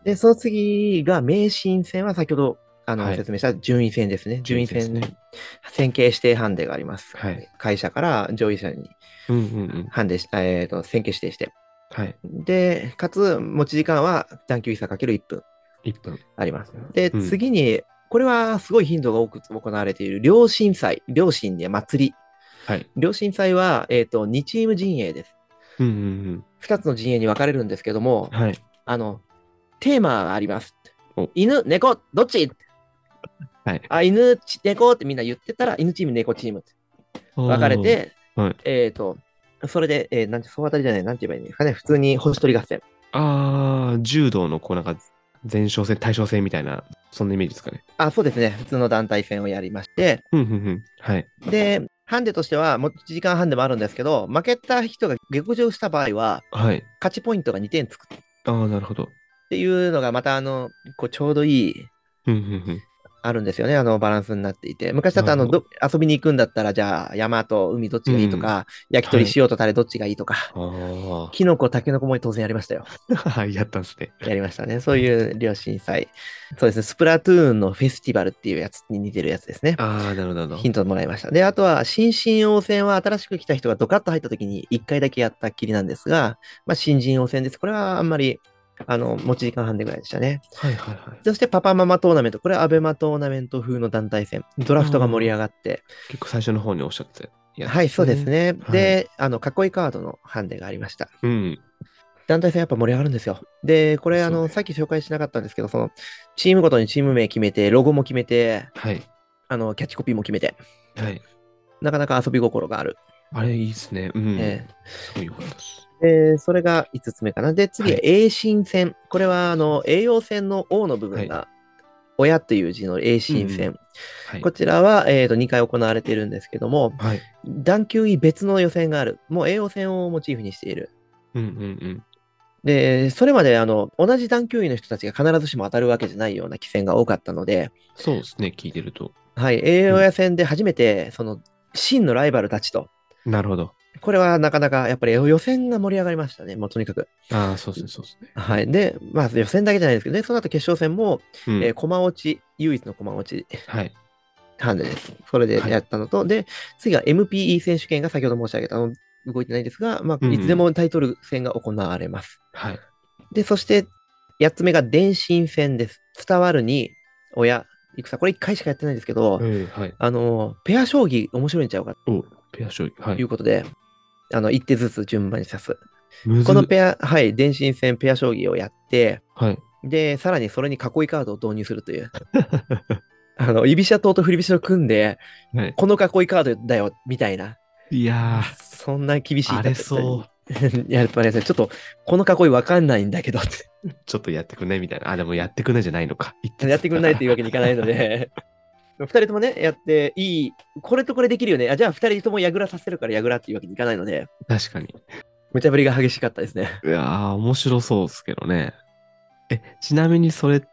で、その次が名神戦は先ほどあの、 はい。 説明した順位戦ですね。順位順位ですね。 戦、線形指定ハンデがあります。 はい。 会社から上位者にうんうんうん。 ハンデし、えっと、線形指定して。 はい。 で、かつ、持ち時間は段級差 ×いっ 分いっぷん。 あります。で、 うん。 次に、これはすごい頻度が多く行われている両親祭、両親で祭り。 はい。 両親祭は、えっと、にチーム陣営です。 うんうんうん。 ふたつの陣営に分かれるんですけども、 はい。 あの、テーマがあります。 お、 犬、猫、どっちはい。 あ、犬、ち猫ってみんな言ってたら、犬チーム、猫チームって分かれおー。 て、 はい。 えっ、と、それで、えーなんて、総当たりじゃない、なんて言えばいいんですかね、普通に星取り合戦。 あー、柔道のこうなんか、前哨戦、対称戦みたいな、そんなイメージですかね。 あ、そうですね、普通の団体戦をやりまして、 うんうんうん。はい。 で、ハンデとしては、持ち時間ハンデもあるんですけど、負けた人が下克上した場合は、 はい。 勝ちポイントがにてんつくっあー、なるほど。 ていうのが、また、あの、こうちょうどいいうんうんあるんですよね。あのバランスになっていて。昔うん。 だとあのどなるほど。 遊びに行くんだったら、じゃあ山と海どっちがいいとうん。 か、焼き鳥はい。 塩とタレどっちがいいとか、 あキノコ、タケノコも当然やりましたよ。 あ。はい、やったんですね。 やりましたね。そういう両親祭。そうですね。スプラトゥーンのフェスティバルっていうやつに似てるやつですね。 ああ、なるほど、なるほど。 ヒントもらいました。で、あとは、新進王戦は新しく来た人がドカッと入った時にいっかいだけやったっきりなんですが、まあ、新人王戦です。これはあんまり、あの、持ち時間半でぐらいでしたね。 はいはいはい。 そしてパパママトーナメント。これはアベマトーナメント風の団体戦。ドラフトが盛りああ、 上がって。 結構最初の方におっしゃってたやつはい、 ですね。 そうですね。 はい。 で、あの、囲いカードのハンデがありました。 うん。 団体戦やっぱ盛り上がるんですよ。で、これ、あの、さっですよね。 き紹介しなかったんですけど、その、チームごとにチーム名決めて、ロゴも決めて、 はい。 あの、キャッチコピーも決めて、 はい。 なかなか遊び心がある。 あれ、いいですね。うん。 えすごい良かったです。 ーで、それがいつつめかな。で、次ははい。 栄新戦。これは、あの、栄養戦の王の部はい。 分が、親という字の栄うんうん。 新戦。 はい。 こちらは、えーと、にかい行われているんですけども、 はい。 段級に別の予選がある。もう栄養戦をモチーフにしている。 うんうんうん。 で、それまであの同じ段級医の人たちが必ずしも当たるわけじゃないような棋戦が多かったので、 そうですね。聞いてると。 はい、栄うん。 養屋戦で初めて、その真のライバルたちと、 なるほど。 これはなかなかやっぱり予選が盛り上がりましたね、もうとにかく。 ああ、そうですね。そうですね。 はい。で、まあ予選だけじゃないですけどね、その後決勝戦も、えー、 うん。 駒落ち、唯一の駒落ちはい。 ハンデです。それではい。 やったのと、で、次は エムピーイー 選手権が先ほど申し上げた、あの動いてないですが、まあ、いつでうんうん。 もタイトル戦が行われます。 はい。 で、そしてやっつめが電信戦です。伝わるに親、戦。これいっかいしかやってないんですけど、 ええ、はい。 あの、ペア将棋面白いんちゃうかお、ペア将棋。はい。 ということで、あの、いってずつ順番に指す。 むずっ。 このペア、はい、電信戦ペア将棋をやって、 はい。 で、さらにそれに囲いカードを導入するという、あの、居飛車党と振り飛車を組んで、 はい。 この囲いカードだよ、みたいな、 いやー、 そんな厳しい戦荒れそい。やっぱりね、ちょっと、この囲いわかんないんだけどって、 う。ちょっとやってくんねみたいな。あ、でもやってくんないじゃないのか。言ってやってくんないっていうわけにいかないので、二人ともね、やっていい、これとこれできるよね。あ、じゃあ二人とも矢倉させるから矢倉っていうわけにいかないので、 確かに。 無茶ぶりが激しかったですね。 いやー、面白そうですけどね。え、ちなみにそれって、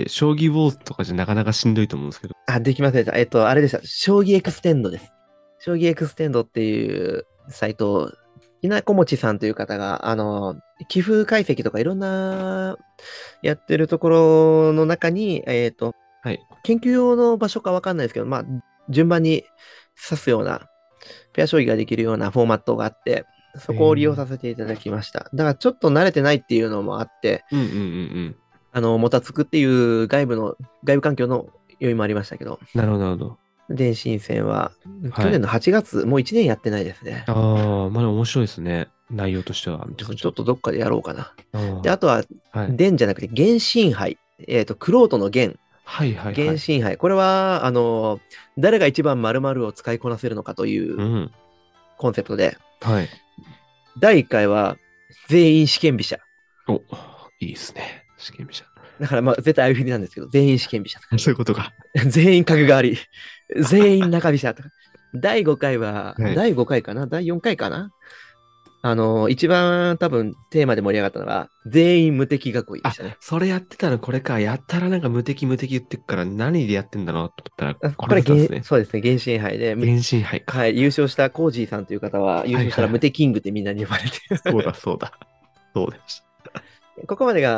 将棋ウォーズとかじゃなかなかしんどいと思うんですけど。 あ、できませんでした。えっと、あれでした。将棋エクステンドです。将棋エクステンドっていうサイト、稲子持さんという方が、あの、寄付解析とかいろんなやってるところの中に、えっと、 はい。 研究用の場所かわかんないですけど、まあ、順番に指すような、ペア将棋ができるようなフォーマットがあって、そこを利用えー、 させていただきました。だからちょっと慣れてないっていうのもあって、 うんうんうんうん。 あの、もたつくっていう外部の、外部環境の要因もありましたけど、 なるほど、なるほど。 電信戦は、去はい。 年のはちがつ、もういちねんやってないですね。 ああ、まあでも面白いですね。内容としては、めちゃくちゃ。 ちょっとどっかでやろうかな。で、ああとは、 あ、はい。 電じゃなくて、原神杯。えっと、クロートの原。 はいはいはい。 原神杯。これは、あの、誰が一番〇〇を使いこなせるのかといううん。 コンセプトで、 はい。 だいいっかいは全員試験飛車。 お、いいですね。試験飛車。 だからまあ絶対ああいうふうになんですけど、全員試験飛車とか。 そういうことか。 全員角換わり。全員中飛車とか。だいごかいは、 はい。 だいごかいかなだいよんかいかなあの、一番多分テーマで盛り上がったのは、全員無敵囲いであ、 したね。 それやってたのこれか。やったらなんか無敵無敵言ってくから何でやってんだろうと思ったら、 あこれこれげん、 だったんですね。 そうですね、原神杯で、む原神杯か。 はい、優勝したコージーさんという方は、優勝したらはいはいはい。 無敵キングってみんなに呼ばれてそうだそうだ。そうでした。 ここまでが、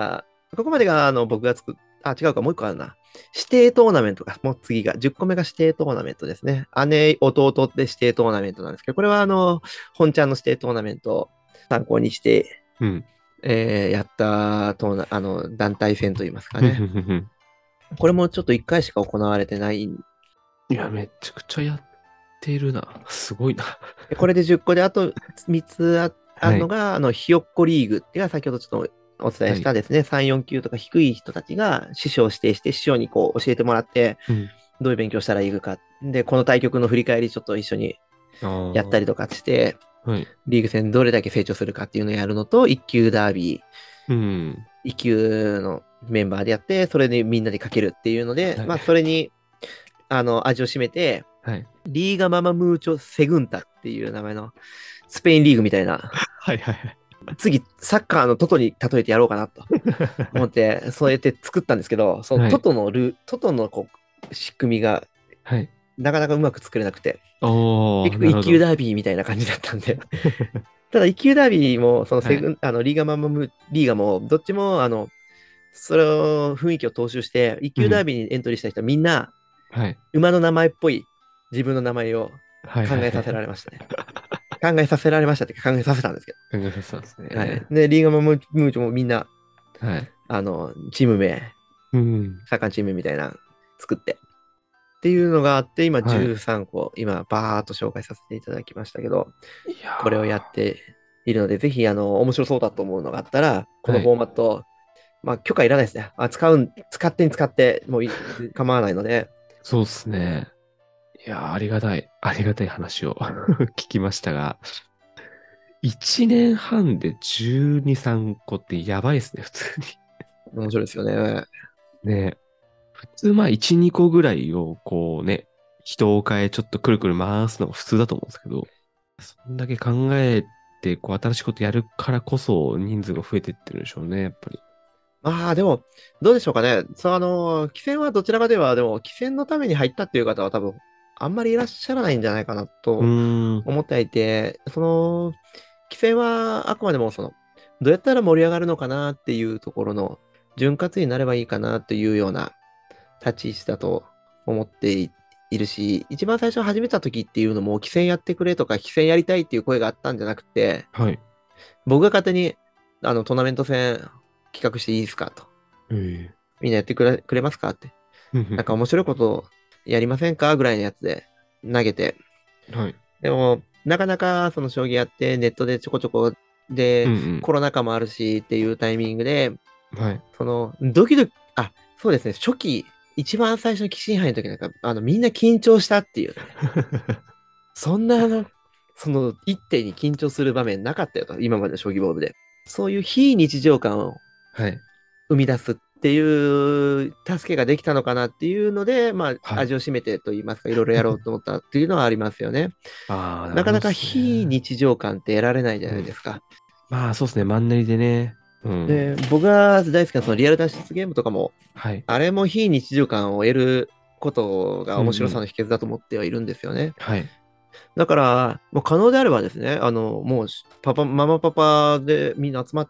ここまでがあの僕が作っあ、違うか、もう一個あるな。指定トーナメントか、もう次が、じゅっこめが指定トーナメントですね。姉、弟って指定トーナメントなんですけど、これはあの、本ちゃんの指定トーナメントを参考にして、 うん。 えーやったトーナ、あの、団体戦といいますかふんふね。 んふんふん。 これもちょっといっかいしか行われてない。 いや、めちゃくちゃやってるな。すごいな。 でこれでじゅっこであとみっつああはい。 るのが、あの、ひよっこリーグっていうのは先ほどちょっとお伝えはい。 したですね、さん、よん級とか低い人たちが師匠を指定して、師匠にこう教えてもらって、 うん。 どういう勉強したらいいか。で、この対局の振り返りちょっと一緒にああ。 やったりとかして、 はい。 リーグ戦どれだけ成長するかっていうのをやるのと、いっ級ダービー、 うん。 いっ級のメンバーでやって、それでみんなでかけるっていうので、 はい。 まあ、それに、あの、味を占めて、 はい。 リーガママムーチョ・セグンタっていう名前のスペインリーグみたいな、 はいはいはい。 次、サッカーのトトに例えてやろうかなと思って、そうやって作ったんですけど、そのはい。 トトのル、トトのこう仕組みがはい。 なかなかうまく作れなくて、 おー、 結局一なるほど。 級ダービーみたいな感じだったんで、ただ一級ダービーも、そのはい。 セグン、あのリーガママム、リーガも、どっちも、あの、それを雰囲気を踏襲して、一うん。 級ダービーにエントリーした人はみんな、 はい。 馬の名前っぽい自分の名前をはい考えさせらはいはい。 れましたね。考えさせられましたっていうか考えさせたんですけ考えさせたんですど。はい。 ね。 で、リーガマムムーチョもみんな、 はい。 あの、チーム名、 うん。 サッカーチームみたいな作って。っていうのがあって、今はい。 じゅうさんこ、今バーっと紹介させていただきましたけど、 いやこれをやっているので、ぜひ、あの、面白そうだと思うのがあったら、こー。はい。 のフォーマット、まあ、許可いらないですね。あ、使うん、使ってに使って、もうい構わないので、 そうっすね。いやー、ありがたい。ありがたい話を聞きましたが、いちねんはんでじゅうに、さんこってやばいですね、普通に。 面白いですよね。 ね。普通、まあ、いち、にこぐらいを、こうね、人を変え、ちょっとくるくる回すのが普通だと思うんですけど、そんだけ考えて、こう、新しいことやるからこそ、人数が増えてってるんでしょうね、やっぱり。 まあ、でも、どうでしょうかね。そう、あの、棋戦はどちらかでは、でも、棋戦のために入ったっていう方は多分、あんまりいらっしゃらないんじゃないかなうとーん。 思っていて、その、棋戦はあくまでも、その、どうやったら盛り上がるのかなっていうところの、潤滑になればいいかなというような立ち位置だと思っていいるし、一番最初始めた時っていうのも、棋戦やってくれとか、棋戦やりたいっていう声があったんじゃなくて、 はい。 僕が勝手に、あの、トーナメント戦企画していいですかと。 ええ。 みんなやってくれ、くれますかって。 ふんふんふん。 なんか面白いことやりませんかぐらいのやつで投げて。 はい。 でも、なかなかその将棋やってネットでちょこちょこで、 うんコロナ禍もあるしっていうタイミングで、 うん。はい。 その、ドキドキ、あ、そうですね、初期、一番最初の棋士杯の時なんか、あの、みんな緊張したっていうね。そんな、あの、その一手に緊張する場面なかったよと、今までの将棋ボールで。そういう非日常感をはい。 生み出すっていう助けができたのかなっていうので、まあ、 はい。 味を占めてと言いますか、いろいろやろうと思ったっていうのはありますよね。 ああ、ななかなかるほどっすね。 非日常感って得られないじゃうん。 ないですか。 まあ、そうですね。マンネリでね。うん。 で、僕が大好きなそのリアル脱出ゲームとかも、 はい。 あれも非日常感を得ることが面白さうんうん。 の秘訣だと思ってはいるんですよね。 はい。 だから、もう可能であればですね、あの、もうパパ、ママパパでみんな集まって、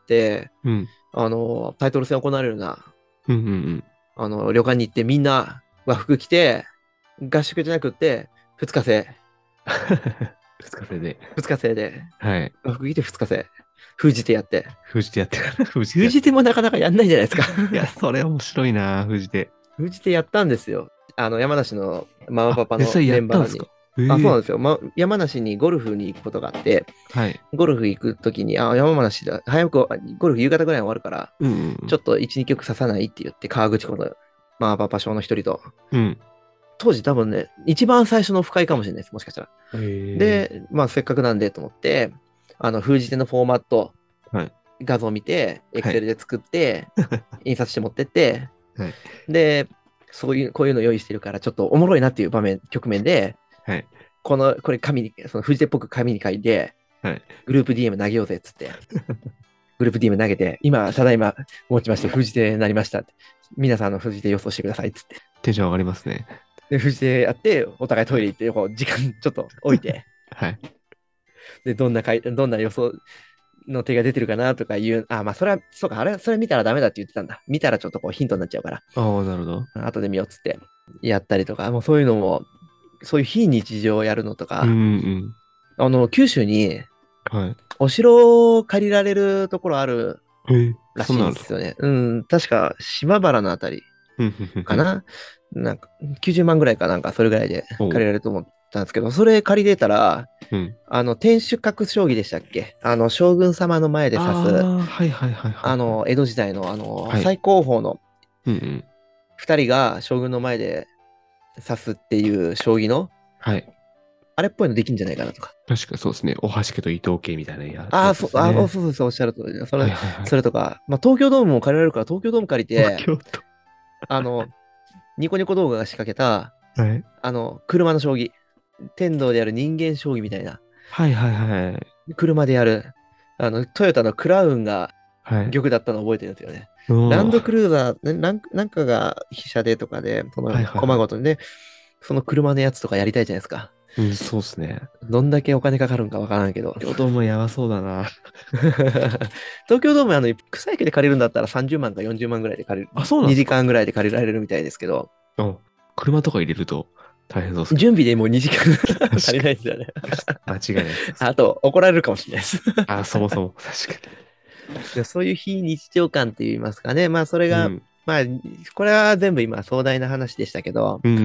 うん。 あの、タイトル戦行われるような、 うんうんうん。 あの、旅館に行ってみんな和服着て、合宿じゃなくって、二日制。 二日制で。 二日制で、 はい。 和服着て二日制。封じてやって。 封じてやってから、封じて封じてやって。 もなかなかやんないじゃないですか。 いや、それ面白いな、封じて。 封じてやったんですよ。あの、山梨のママあ、 パパの実際やメンバーに。 ったんですか？ あ、 ええ。 そうなんですよ。ま、山梨にゴルフに行くことがあって、 はい。 ゴルフ行くときに、あ、山梨だ、早く、ゴルフ夕方ぐらいに終わるから、 うんうんちょっといち、にきょく刺さないって言って、川口湖のママパパ賞の一人と、 うん。 当時多分ね、一番最初のオフ会かもしれないです、もしかしたら。 うん。ええ。 で、まあ、せっかくなんでと思って、あの、封じ手のフォーマット、 はい。 画像を見て、 はい。 Excel で作って、印刷して持ってって、 はい。 で、そういう、こういうの用意してるから、ちょっとおもろいなっていう場面、局面で、 はい。 この、これ紙に、その封じ手っぽく紙に書いて、 はい。 グループ ディーエム 投げようぜっつって、グループ ディーエム 投げて、今、ただいま、持ちまして、封じ手になりましたって。皆さん、あの、封じ手予想してくださいっつって。 テンション上がりますね。 で、封じ手やって、お互いトイレ行って、こう、時間ちょっと置いて、 はい。 で、どんなかい、どんな予想、 の手が出てるかなとかいう、あ、まあそれは、そうか、あれ、それ見たらダメだって言ってたんだ。見たらちょっとこうヒントになっちゃうから、 ああ、なるほど。 後で見ようっつってやったりとか、もうそういうのも、そういう非日常をやるのとうんか、 うんあの、九州にうん。はい。 お城を借りられるところあるえー、 らしいそんなんあるの？ んですよね。うん、確か島原のあたりうんうんうんうん。 かな。なんかきゅうじゅうまんぐらいかなんかそれぐらいでおう。 借りられると思ったんですけど、それ借りれたら、 うん。 あの、天守閣将棋でしたっけ？あの、将軍様の前で指す、 ああ、はいはいはいはいはい。 あの、江戸時代の、あの、 はい。 最高峰のうんうん。 ふたりが将軍の前で指すっていう将棋の、 はい。 あれっぽいのできんじゃないかなとか。 確かそうですね。お箸家と伊藤家みたいなや、 ああ、 やつでそう、あー、 すね。 そうそうそう、おっしゃる通りで、それ、 はいはいはい。 それとか、まあ、東京ドームも借りられるから、東京ドーム借り東て、 京都。 あの、ニコニコ動画が仕掛けた、 はい。 あの、車の将棋。天童でやる人間将棋みたいな。 はいはいはい。 車でやる。あの、トヨタのクラウンがはい。 玉だったのを覚えてるんですよね。 うん。 ランドはクルーザー、ねなんなんかが飛車でとかで、そのいはいはい。 駒ごとにね、その車のやつとかやりたいじゃないですか。 うん、そうですね。 どんだけお金かかるんかわからんけど。 京都もやばそうだな。 東京ドーム、あの、草野球で借りるんだったらさんじゅうまんかよんじゅうまんぐらいで借りあ、 る、2 そうなんですか？ 時間ぐらいで借りられるみたいですけど、 うん。車とか入れると大変そうですけど。 準備でもうにじかん足り確かないですよね。 に。間違いないです。 あと、怒られるかもしれないです。 あ、そもそも。確かでそういう非日常感って言いますかね。まあ、それに。うが、 ん。 まあ、これは全部今壮大な話でしたけど、 うん。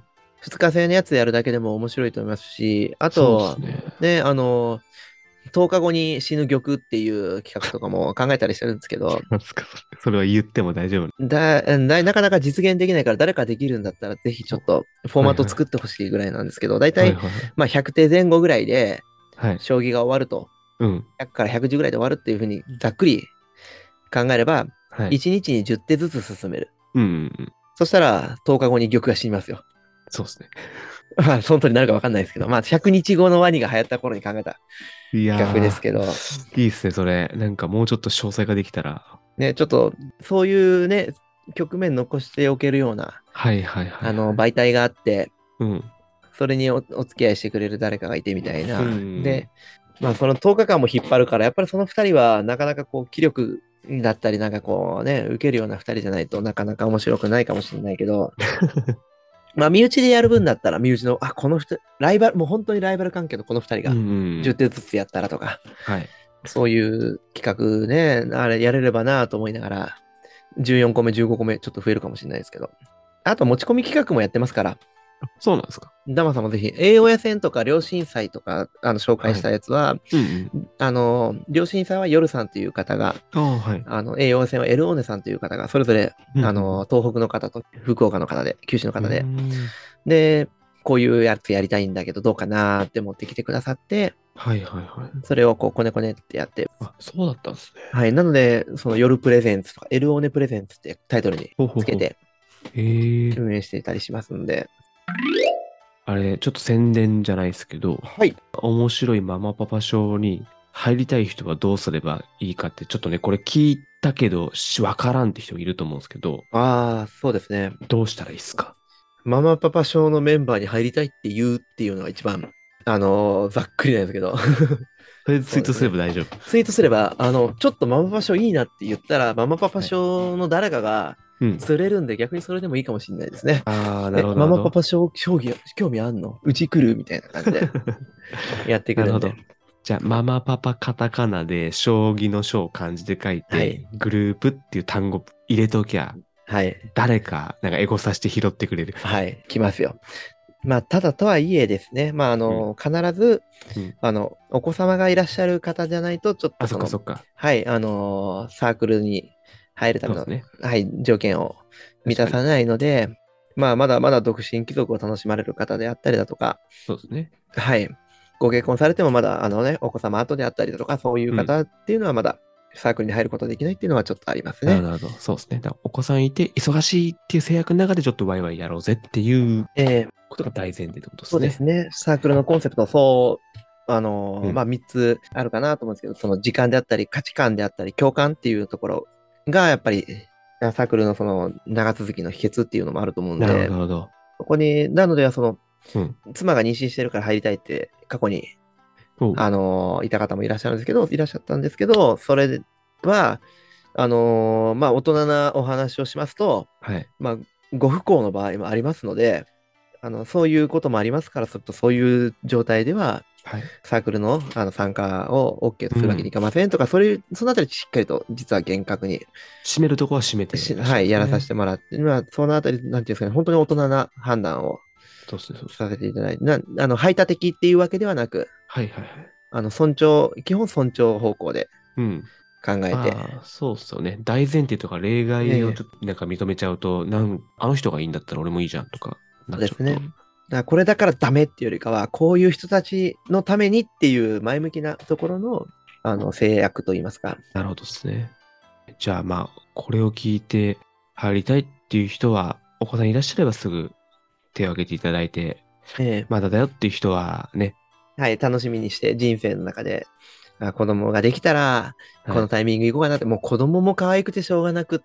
ふつか制のやつやるだけでも面白いと思いますし、あと、 そうですね。 ね、あの、とおかごに死ぬ玉っていう企画とかも考えたりしてるんですけど、 なんですか、それ。それは言っても大丈夫？ だ、だなかなか実現できないから誰かできるんだったらぜひちょっとフォーマットはいはい。 作ってほしいぐらいなんですけど、だいたいはいはいはい。 まあひゃく手前後ぐらいではい。 将棋が終わると、 うん。 ひゃくからひゃくじゅうぐらいで終わるっていうふうにざっくり考えれば、 はい。 いちにちにじゅってずつ進める。 うんうんうん。 そしたらとおかごに玉が死にますよ。 そうですね。 まあ、その通りになるかわかんないですけど、まあ、ひゃくにちごのワニが流行った頃に考えたい企画ですやけど、 ー、いいっすね、それ。なんかもうちょっと詳細ができたら。 ね、ちょっと、そういうね、局面残しておけるような、 はいはいはいあの、 はい。 媒体があって、 うん。 それにお、お付き合いしてくれる誰かがいてみたいうな。 ん。 で、まあ、そのとおかかんも引っ張るから、やっぱりそのふたりは、なかなかこう、気力だったり、なんかこうね、受けるようなふたりじゃないとなかなか面白くないかもしれないけど、まあ、身内でやる分だったら、身内の、あ、この人、ライバル、もう本当にライバル関係のこのふたりうんがうん。 じゅってんずつやったらとか、 はい。 そういう企画ね、あれやれればなと思いながら、じゅうよんこめ、じゅうごこめ、ちょっと増えるかもしれないですけど。あと、持ち込み企画もやってますから、 そうなんですか。 ダマさんもぜひ、栄養屋戦とか良心祭とか、あの、紹介はい。 したやつは、 うんうん。 あの、良心祭は夜さんという方が、 ああ、はい。 あの、栄養屋戦はエルオーネさんという方が、それぞれ、 うんあの、東北の方と福岡の方で、九州のうん。う方で、 ーん。 で、こういうやつやりたいんだけど、どうかなーって持ってきてくださって、 はいはいはい。 それをこう、こねこねってやって、 あ、そうだったんですね。 はい。なので、その夜プレゼンツとか、エルオーネプレゼンツってタイトルにほうほうほう。 つけてへえ。 運営していたりしますんで。 あれ、ちょっと宣伝じゃないですけど、 はい。 面白いママパパ賞に入りたい人はどうすればいいかって、ちょっとね、これ聞いたけど、しわからんって人いると思うんですけど、 ああ、そうですね。 どうしたらいいですか？ ママパパ賞のメンバーに入りたいって言うっていうのが一番、あのーざっくりなんですけど。 それでツイートそうですね。 すれば大丈夫。 ツイートすれば、あの、ちょっとママパパ賞いいなって言ったら、ママパパはい。 賞の誰かがうん。 釣れるんで、逆にそれでもいいかもしれないですね。 ああ、なるえ、 ほど、なママパるほど。 パ賞、競技、興味あんのうち来るみたいな感じでやってくるんで。 なるほど。じゃあ、ママパパカタカナで、将棋の将を漢字で書いはい。 て、グループっていう単語入れときゃ、 はい。 誰か、なんかエゴサして拾ってくれる。 はい。来ますよ。まあ、ただとはいえですね、まあ、あうん。 の、必ず、 うん。 あの、お子様がいらっしゃる方じゃないと、ちょっあ、そっとその、 かそっか。 はい、あの、サークルに入るための、 そうですね。 はい、条件を満確かに。 たさないので、まあ、まだまだ独身貴族を楽しまれる方であったりだとか、 そうですね。 はい、ご結婚されてもまだ、あのね、お子様後であったりだとか、そういううん。 方っていうのはまだ、サークルに入ることができないっていうのはちょっとありますね。 なるほど、なるほど。そうですね。だからお子さんいて、忙しいっていう制約の中でちょっとワイワイやろうぜっていうえーことが大前提ってことでそうすね。 ですね。サークルのコンセプト、そう、あのーまうん。 あ、みっつあるかなと思うんですけど、その時間であったり、価値観であったり、共感っていうところが、やっぱり、サークルのその長続きの秘訣っていうのもあると思うんなるほど、 で、 なるほど。 そこに、なのではその、 うん。 妻が妊娠してるから入りたいって過去におう。 あの、いた方もいらっしゃるんですけど、いらっしゃったんですけど、それは、あの、まあ、大人なお話をしますと、 はい。 まあ、ご不幸の場合もありますので、あの、そういうこともありますから、ちょっとそういう状態では、 はい。 サークルの、あの参加を OK とするわけにいうん。 かませんとか、それ、そのあたりしっかりと、実は厳格に締めるとこは締めてし、 いらっしゃはい、やらさせるんですね。 てもらって、まあ、そのあたり、なんていうんですかね、本当に大人な判断をそうですね、そうですね。 させていただいて、な、あの、排他的っていうわけではなく、 はいはいはい。 あの、尊重、基本尊重方向でうん。 考えて、 まあ、そうっすよね。大前提とか例外をええ、 ちょっとなんか認めちゃうと、なん、あの人がいいんだったら俺もいいじゃんとかなそうですね。だっちゃうと。 からこれだからダメっていうよりかは、こういう人たちのためにっていう前向きなところの、あの、制約といいますか。 なるほどですね。じゃあまあ、これを聞いて入りたいっていう人は、お子さんいらっしゃればすぐ手を挙げていただいて、 ええ、 まだだよっていう人はね、 はい、楽しみにして人生の中で、あ、子供ができたら、こはい、 のタイミング行こうかなって、もう子供も可愛くてしょうがなくって、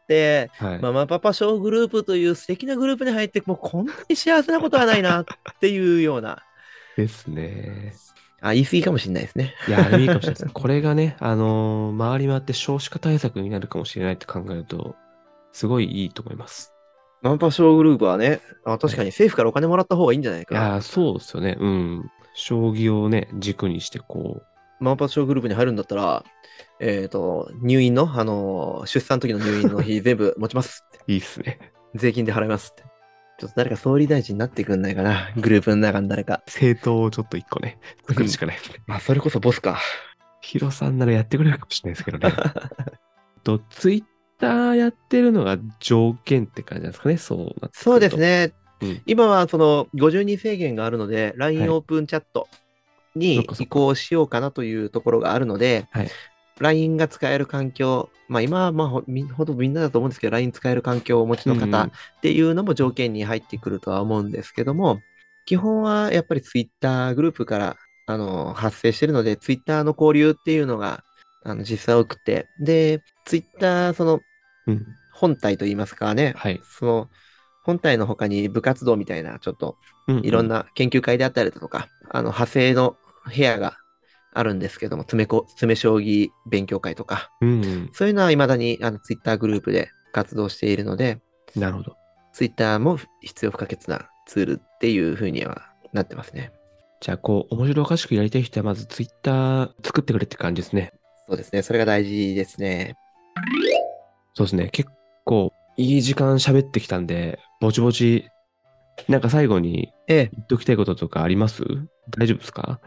はい。 ママパパ小グループという素敵なグループに入って、もうこんなに幸せなことはないなっていうような、 ですね。 あ、言い過ぎかもしれないですね。 いや、でもいいかもしれないです。これがね、あのー回り回って少子化対策になるかもしれないって考えると、すごいいいと思います。 ママパパ小グループはね、あ、 はい。 確かに政府からお金もらった方がいいんじゃないか。 いやー、そうですよね。うん。将棋をね、軸にしてこママパパ小グループに入るんだったら、えっと、入院の、あのー出産の時の入院の日全部持ちますって。 う、いいっすね。 税金で払いますって。ちょっと誰か総理大臣になってくんないかな。グループの中の誰か。 政党をちょっと一個ね、作るしうん。 かないですね。 あ、それこそボスか。 ヒロさんならやってくれるかもしれないですけどね。と、ツイッターやってるのが条件って感じなんですかね。そうなってそうくると。 ですね。 うん。 今はそのごじゅうにん制限があるので、 はラインい。 オープンチャットそっに移かそっか。 行しようかなというところがあるので、 はい。 ライン が使える環境、まあ今はまあほみほとんどみんなだと思うんですけど、ライン 使える環境をお持ちうんうの方っん。 ていうのも条件に入ってくるとは思うんですけども、基本はやっぱり Twitter グループからあの発生しているので、Twitter の交流っていうのがあの実際多くて、で、Twitter そのうん。 本体といいますかね、 はい。 その本体の他に部活動みたいなちょっとうんうん。 いろんな研究会であったりだとか、あの派生の部屋があるんですけども、詰めこ、詰め将棋勉強会とか、 うんうん。 そういうのは未だにあのツイッターグループで活動しているので、 なるほど。 ツイッターも必要不可欠なツールっていう風にはなってますね。 じゃあ、こう、面白おかしくやりたい人はまずツイッター作ってくれって感じですね。 そうですね。それが大事ですね。 そうですね。結構、いい時間喋ってきたんで、ぼちぼち、なんか最後にええ、 言っておきたいこととかあります？大丈夫ですか？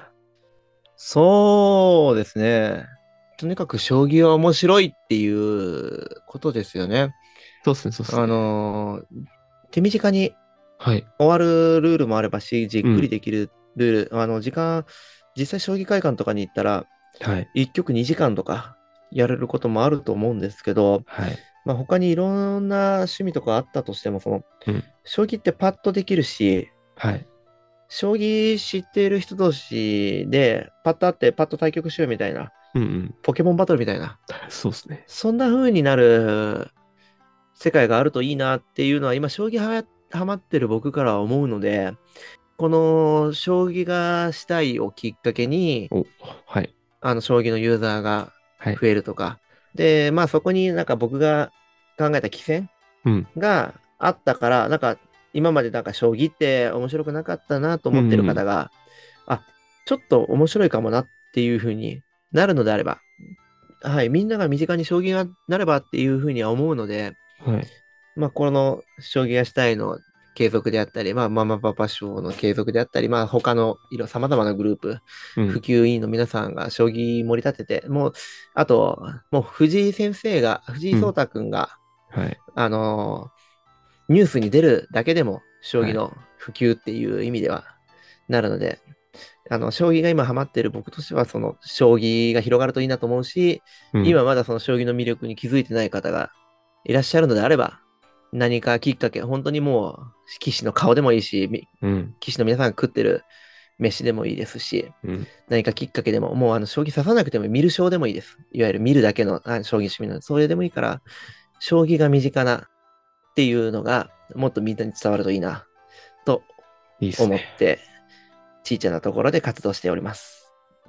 そうですね。とにかく将棋は面白いっていうことですよね。 そうですね、そうですあね。 のー手短にはい。 終わるルールもあればし、じっくりうん。 できるルール、あの、時間、実際将棋会館とかに行ったら、 はい。 いっ局にじかんとかやれることもあると思うんですけど、 はい。 まあ、他にいろんな趣味とかあったとしても、その、 うん。 将棋ってパッとできるし、 はい。 将棋知っている人同士で、パッと会ってパッと対局しようみたいな、 うんうん。 ポケモンバトルみたいな、 そうですね。 そんな風になる世界があるといいなっていうのは、今、将棋はやハマってる僕からは思うので、この将棋がしたいをきっかけに、 お、はい。 あの、将棋のユーザーがはい。 増えるとか。で、まあそこになんか僕が考えた棋戦うん。 があったから、なんか今までなんか将棋って面白くなかったなと思ってるうんうん。 方が、あ、ちょっと面白いかもなっていう風になるのであれば、はい、みんなが身近に将棋がなればっていう風には思うので、 はい。 まあ、この将棋がしたいの継続であったり、まあ、ママパパ賞の継続であったり、まあ、他のいろ、様々なグループ、普うん。 及委員の皆さんが将棋盛り立てて、もう、あと、もう藤井先生が、藤井聡うん。 太くんが、 はい。 あのーニュースに出るだけでも、将はい。 棋の普及っていう意味ではなるので、あの、将棋が今ハマっている僕としては、その、将棋が広がるといいなと思うし、 うん。 今まだその将棋の魅力に気づいてない方がいらっしゃるのであれば、何かきっかけ、本当にもう、棋士の顔でもいいし、みうん。 棋士の皆さんが食ってる飯でもいいですし、 うん。 何かきっかけでも、もうあの、将棋指さなくても見る将でもいいです。いわゆる見るだけのあ将棋趣味なので、それでもいいから、将棋が身近なっていうのが、もっとみんなに伝わるといいな、といいっすね。 思って、ちいちゃなところで活動しております。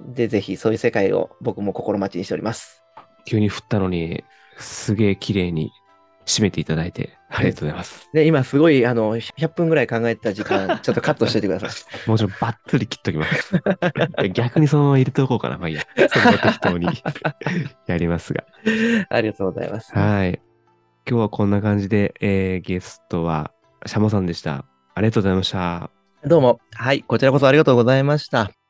で、ぜひそういう世界を僕も心待ちにしております。 急に振ったのに、すげえ綺麗に締めていただいて、ありがとうございます。 で、今すごい、あの、ひゃっぷんぐらい考えてた時間、ちょっとカットしておいてください。 もちろんバッツリ切っときます。逆にそのまま入れておこうかな。まあいいや。そんな適当にやりますが。 ありがとうございます。 はい。今日はこんな感じで、えーゲストはシャモさんでした。ありがとうございました。 どうも。はい、こちらこそありがとうございました。